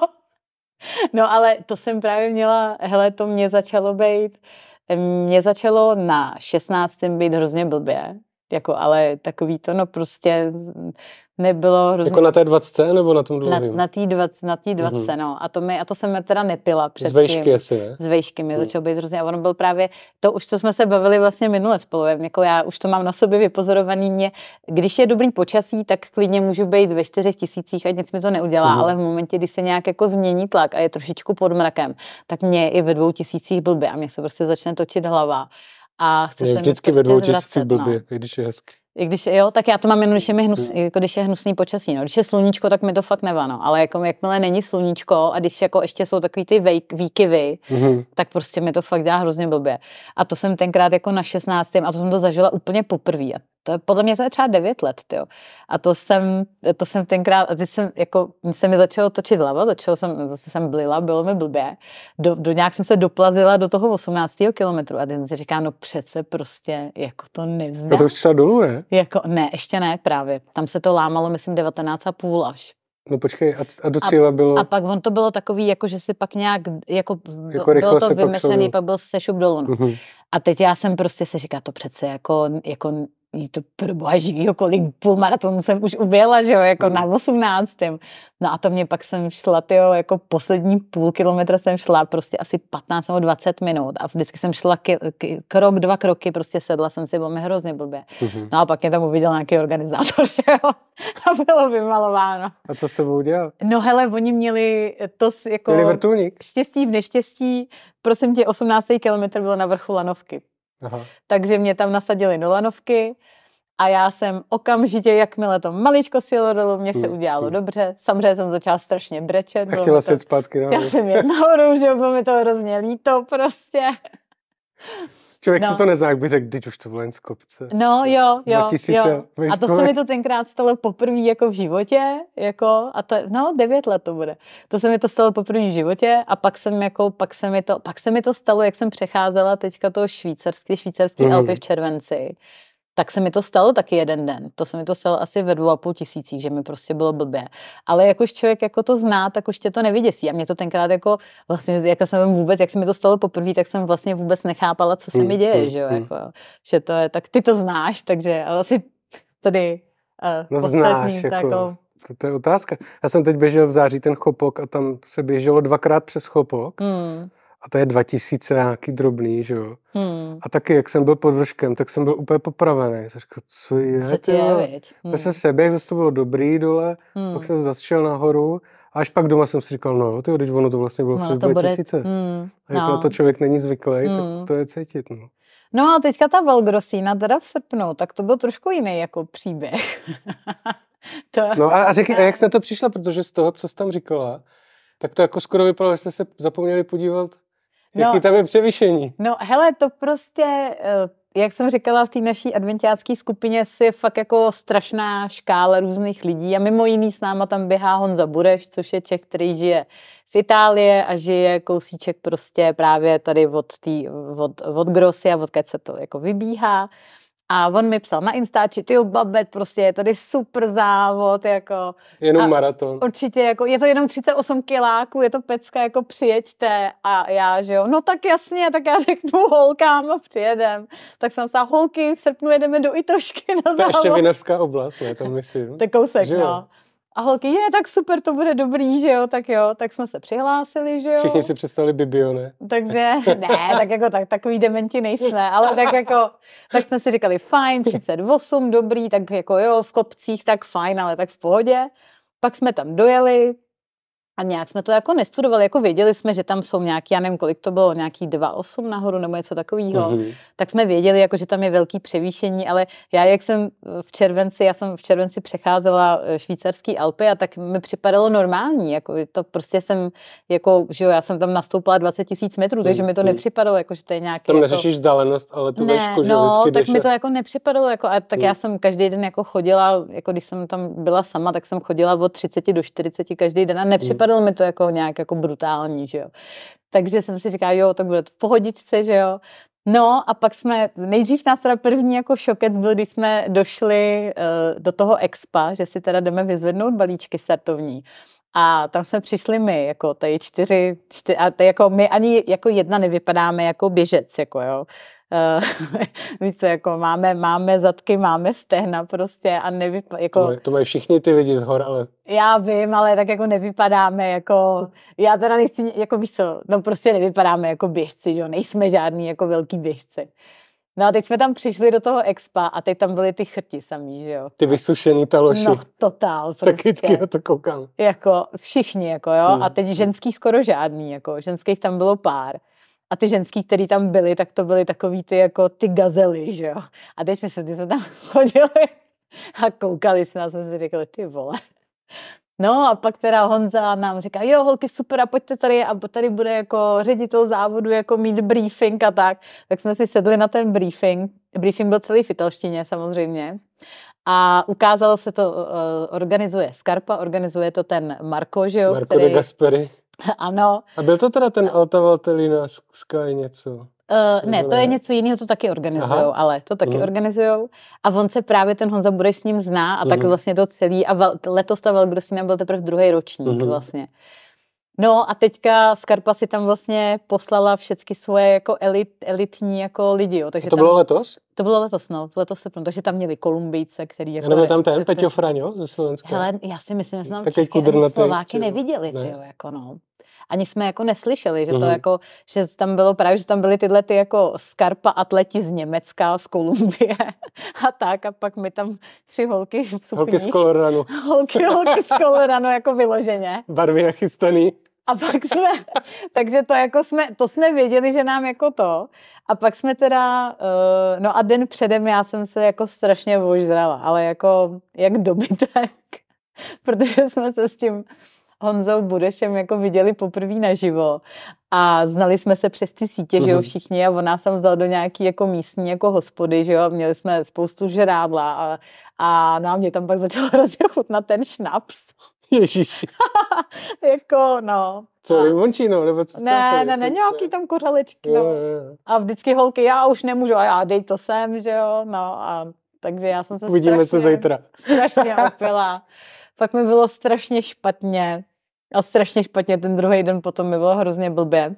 No ale to jsem právě měla, hele, to mě začalo být, mě začalo na šestnáctém být hrozně blbě, jako, ale takový to, no prostě nebylo hrozně... Jako na té dvacce nebo na tom dlouhým? Na, na té dvacce, na té dvacce, mm-hmm. no. A to, mi, a to jsem teda nepila předtím. Z vejšky asi, ne? Z vejšky mi mm. začalo být hrozně. A ono byl právě, to už, co jsme se bavili vlastně minule spolu, jako já už to mám na sobě vypozorovaný mě, když je dobrý počasí, tak klidně můžu být ve čtyřech tisících a nic mi to neudělá, mm. ale v momentě, kdy se nějak jako změní tlak a je trošičku pod mrakem, tak mě i ve dvou tisících blbě a mě se prostě začne točit hlava. A chce je se vždycky prostě ve dvou tisících blbě, no. když je hezky. I když, jo, tak já to mám jenom, když je, mi hnus, jako když je hnusný počasí, no. Když je sluníčko, tak mi to fakt nevá, no. Ale jako jakmile není sluníčko a když jako ještě jsou takový ty vejk, výkyvy, mm-hmm. tak prostě mi to fakt dělá hrozně blbě. A to jsem tenkrát jako na šestnáctém a to jsem to zažila úplně poprvé. A to je, podle mě to je třeba devět let, tyjo. A to jsem, to jsem tenkrát, a teď jsem, jako, se mi začalo točit hlava, začalo jsem, zase jsem blila, bylo mi blbě, do, do nějak jsem se doplazila do toho osmnáctého kilometru a teď jsem si říká, no přece prostě, jako to nevzdá. A to už šla dolů, ne? Jako, ne, ještě ne, právě. Tam se to lámalo, myslím, devatenáct a půl až. No počkej, a, a do cíle bylo... A pak on to bylo takový, jako že si pak nějak, jako, jako bylo to vymešlený, pak, pak byl sešup dolů. No. Uh-huh. A teď já jsem prostě se říká, to přece jako, jako to pro boha živýho, kolik půlmaratonů jsem už uběhla, že jo, jako uh-huh. na osmnáctém. No a to mě pak jsem šla, tyjo, jako poslední půl kilometra jsem šla prostě asi patnáct nebo dvacet minut a vždycky jsem šla k, k, krok, dva kroky, prostě sedla jsem si, bylo mi hrozně blbě. Uh-huh. No a pak mě tam uviděl nějaký organizátor, že jo, a bylo vymalováno. A co s tebou udělal? No hele, oni měli to jako... Měli vrtulník? Štěstí v neštěstí, prosím tě, osmnáctý kilometr bylo na vrchu lanovky. Aha. Takže mě tam nasadili do lanovky a já jsem okamžitě, jakmile to maličko sjelo dolů, mě se udělalo hmm. dobře. Samozřejmě jsem začala strašně brečet. A chtěla se zpátky nahoru. Chtěla jsem jít nahoru, že bylo mi to hrozně líto prostě. Člověk no. se to nezná, jak by řekl, když už to bylo jen z kopce. No jo, jo, jo. A to se mi to tenkrát stalo poprvé jako v životě, jako, a to, no devět let to bude. To se mi to stalo poprvé v životě a pak jsem jako, pak se mi to, pak se mi to stalo, jak jsem přecházela teďka to švýcarský, švýcarský mm. Alpy v červenci. Tak se mi to stalo taky jeden den. To se mi to stalo asi ve dvou a půl tisících, že mi prostě bylo blbě. Ale jak už člověk jako to zná, tak už tě to nevyděsí. A mě to tenkrát jako vlastně, jako jsem vůbec, jak se mi to stalo poprvé, tak jsem vlastně vůbec nechápala, co se mi děje, mm, že jo, mm. jako, že to je, tak ty to znáš, takže asi tady uh, no ostatní, znáš, jako, jako... to, to je otázka. Já jsem teď běžel v září ten Chopok a tam se běželo dvakrát přes Chopok. Mm. A to je dva tisíce nějaký drobný, že jo. Hmm. A taky, jak jsem byl pod vrškem, tak jsem byl úplně popravený. Jsem říkal, co je? Co ti je, viď? Hmm. Jsem se seběh, zase to bylo dobrý dole, hmm. pak jsem zase šel nahoru a až pak doma jsem si říkal, no, tyjo, teď ono to vlastně bylo no, přes dva tisíce. Bude... Hmm. A jak no. na to člověk není zvyklý, hmm. tak to je cítit, no. No a teďka ta Valgrosina teda v srpnu, tak to byl trošku jiný jako příběh. to... No a, a, řekni, a jak jsi na to přišla, protože z toho, co jsi tam říkala, tak to jako skoro vypadalo, že jste se zapomněli podívat. Jaký no, tam je převýšení? No hele, to prostě, jak jsem říkala, v té naší adventiácké skupině je fakt jako strašná škála různých lidí a mimo jiný s náma tam běhá Honza Bureš, což je Čech, který žije v Itálii a žije kousíček prostě právě tady od, tý, od, od Grosy a od keď se to jako vybíhá. A on mi psal na Instači, tyjo babet, prostě je tady super závod, jako. Jenom maraton. Určitě, jako, je to jenom třicet osm kiláků, je to pecka, jako přijeďte. A já, že jo, no tak jasně, tak já řeknu holkám a přijedem. Tak jsem psala, holky, v srpnu jedeme do Itošky na závod. To je ještě Vinařská oblast, ne, tam myslím. Tak kousek, no. A holky, je, tak super, to bude dobrý, že jo, tak jo, tak jsme se přihlásili, že jo. Všichni si představili Bibio, ne? Takže, ne, tak jako tak, takový dementi nejsme, ale tak jako, tak jsme si říkali, fajn, třicet osm, dobrý, tak jako jo, v kopcích, tak fajn, ale tak v pohodě. Pak jsme tam dojeli a nějak jsme to jako nestudovali, jako věděli jsme, že tam jsou nějaký, já nevím, kolik to bylo, nějaký dva osm nahoru nebo něco takového, mm-hmm. tak jsme věděli, jako, že tam je velký převýšení, ale já, jak jsem v červenci, já jsem v červenci přecházela švýcarský Alpy a tak mi připadalo normální, jako to prostě jsem, jako, že jo, já jsem tam nastoupila dvacet tisíc metrů, takže mi to nepřipadalo, jako, že to je nějaký... Tam jako... neřešíš vzdálenost, ale tu ne, vešku, že no, vždycky tak jdeš mi to jako nepřipadalo, jako, a tak mm. já jsem každý den jako chodila, jako když jsem tam byla sama, tak jsem chodila od třicet do čtyřicet každý den a nepřipadalo mm. mi to jako nějak jako brutální, že jo. Takže jsem si říkala, jo, tak bude to v pohodičce, že jo. No a pak jsme, nejdřív nás teda první jako šokec byl, když jsme došli uh, do toho expa, že si teda jdeme vyzvednout balíčky startovní. A tam jsme přišli my, jako tady čtyři, čtyři a tady jako my ani jako jedna nevypadáme jako běžec, jako jo. Uh, více, jako máme, máme zadky, máme stehna prostě a nevypadá, jako... To, to mají všichni ty lidi z hor, ale... Já vím, ale tak jako nevypadáme jako... Já teda nechci, jako víš co, no prostě nevypadáme jako běžci, že jo, nejsme žádný jako velký běžci. No a teď jsme tam přišli do toho expa a teď tam byly ty chrti samý, že jo. Ty vysušený taloši. No totál prostě. Tak vždycky na to koukám. Jako všichni, jako jo. Hmm. A teď ženský skoro žádný, jako ženských tam bylo pár. A ty ženský, který tam byly, tak to byly takový ty jako ty gazely, že jo. A teď my jsme tam chodili a koukali jsme a jsme si řekli, ty vole. No a pak teda Honza nám říká, jo holky, super, a pojďte tady, a tady bude jako ředitel závodu jako mít briefing a tak. Tak jsme si sedli na ten briefing briefing byl celý v italštině samozřejmě. A ukázalo se to, uh, organizuje Scarpa, organizuje to ten Marco, že jo? Marco který... de Gasperi. Ano. A byl to teda ten Alta Valtellina Sky něco? Uh, ne, to je něco jiného, to taky organizujou, ale to taky mm. organizujou. A on se právě, ten Honza Bureš s ním zná a mm. tak vlastně to celý. A val, letos ta Valgrosina byl teprve druhý ročník mm. vlastně. No a teďka Scarpa si tam vlastně poslala všechny svoje jako elit, elitní jako lidi. Jo. Takže to bylo tam, letos? To bylo letos, no. Letos se, takže tam měli Kolumbijce, který jako... Nebo tam ten Peťo Fraňo ze Slovenska. Hele, já si myslím, že jsme tam Čechy ani Slováky či... neviděli, ne. Tyjo, jako no. Ani jsme jako neslyšeli, že to uh-huh. jako, že tam bylo právě, že tam byly tyhle ty jako Scarpa atleti z Německa, z Kolumbie a tak a pak my tam tři holky v sukních. Holky z Coloranu. Holky, holky z Coloranu jako vyloženě. Barvy nachystaný. A pak jsme, takže to jako jsme, to jsme věděli, že nám jako to. A pak jsme teda, uh, no a den předem já jsem se jako strašně ožrala, ale jako jak dobytek, protože jsme se s tím Honzou Burešem jako viděli poprvé naživo a znali jsme se přes ty sítě, mm-hmm. že jo, všichni a on nás tam vzal do nějaký jako místní jako hospody, že jo, a měli jsme spoustu žrádla a, a no a mě tam pak začalo hrozně chutnat ten šnaps. Ježiši. jako, no. Co, limončino, nebo co? Ne, ne, ne, nějaký tam kořaličky, no. A vždycky holky, já už nemůžu, a já dej to sem, že jo, no a takže já jsem se Uvidíme strašně, se zítra. strašně opila. Pak mi bylo strašně špatně. A strašně špatně ten druhý den potom mi bylo hrozně blbě.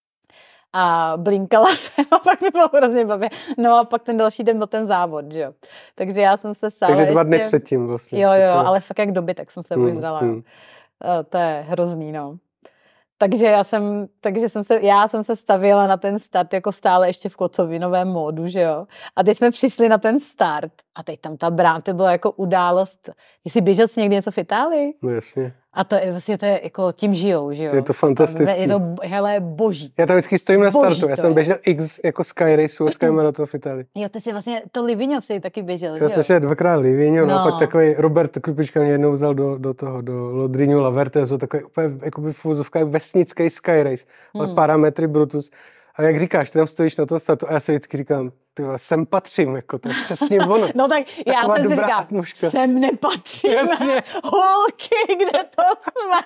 A blinkala jsem a pak mi bylo hrozně blbě. No a pak ten další den byl ten závod, že jo. Takže já jsem se stále... Takže dva dny ještě... předtím vlastně. Jo, jo, ale fakt jak dobytek jsem se hmm, požrala. hmm. To je hrozný, no. Takže já jsem, takže jsem se, já jsem se stavěla na ten start jako stále ještě v kocovinovém módu, že jo. A teď jsme přišli na ten start a teď tam ta brána, to byla jako událost. Jestli běžel jsi někdy něco v Itálii? No jasně. A to je vlastně, to je jako tím žijou, že jo. Je to fantastické. Je to, hele, boží. Já tam vždycky stojím na startu. Já jsem běžel x jako Sky Race, Sky Marathon v Itálii. Jo, ty jsi vlastně, to Livigno si taky běžel, já že jo? Já jsem dvakrát Livigno, no. no. A pak takový Robert Krupička mě jednou vzal do, do toho, do Lodriňu Lavertezu, takový úplně jakoby v úzovkách vesnický Sky Race, ale hmm. parametry Brutus. A jak říkáš, ty tam stojíš na tom startu a já si vždycky říkám, ty sem patřím, jako to je přesně ono. No tak já jsem si říkal, sem nepatřím. Jasně. Holky, kde to jsme?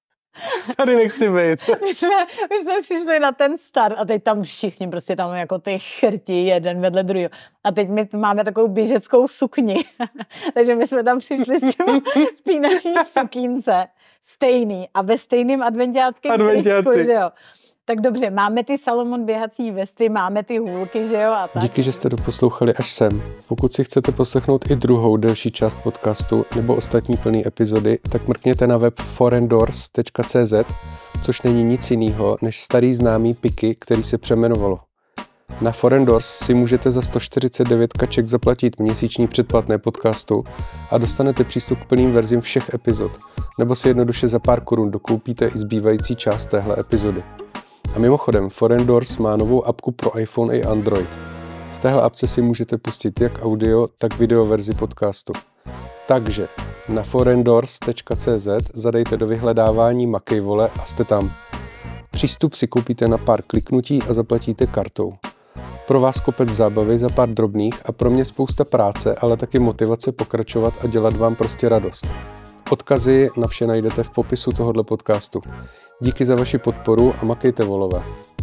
Tady nechci být. My jsme, my jsme přišli na ten start a teď tam všichni prostě tam jako ty chrti jeden vedle druhého. A teď my máme takovou běžeckou sukni. Takže my jsme tam přišli s tím v té naší sukínce stejný a ve stejným adventiáckém tričku, že jo. Tak dobře, máme ty Salomon běhací vesty, máme ty hůlky, že jo, a tak. Díky, že jste doposlouchali až sem. Pokud si chcete poslechnout i druhou delší část podcastu nebo ostatní plný epizody, tak mrkněte na web forendors tečka cé zet, což není nic jiného než starý známý Piky, který se přeměnovalo. Na Forendors si můžete za sto čtyřicet devět kaček zaplatit měsíční předplatné podcastu a dostanete přístup k plným verzím všech epizod, nebo si jednoduše za pár korun dokoupíte i zbývající část téhle epizody. A mimochodem, Forendors má novou apku pro iPhone i Android. V téhle apce si můžete pustit jak audio, tak video verzi podcastu. Takže na forendors tečka cé zet zadejte do vyhledávání Makej vole a jste tam. Přístup si koupíte na pár kliknutí a zaplatíte kartou. Pro vás kopec zábavy za pár drobných a pro mě spousta práce, ale taky motivace pokračovat a dělat vám prostě radost. Odkazy na vše najdete v popisu tohoto podcastu. Díky za vaši podporu a makejte volové.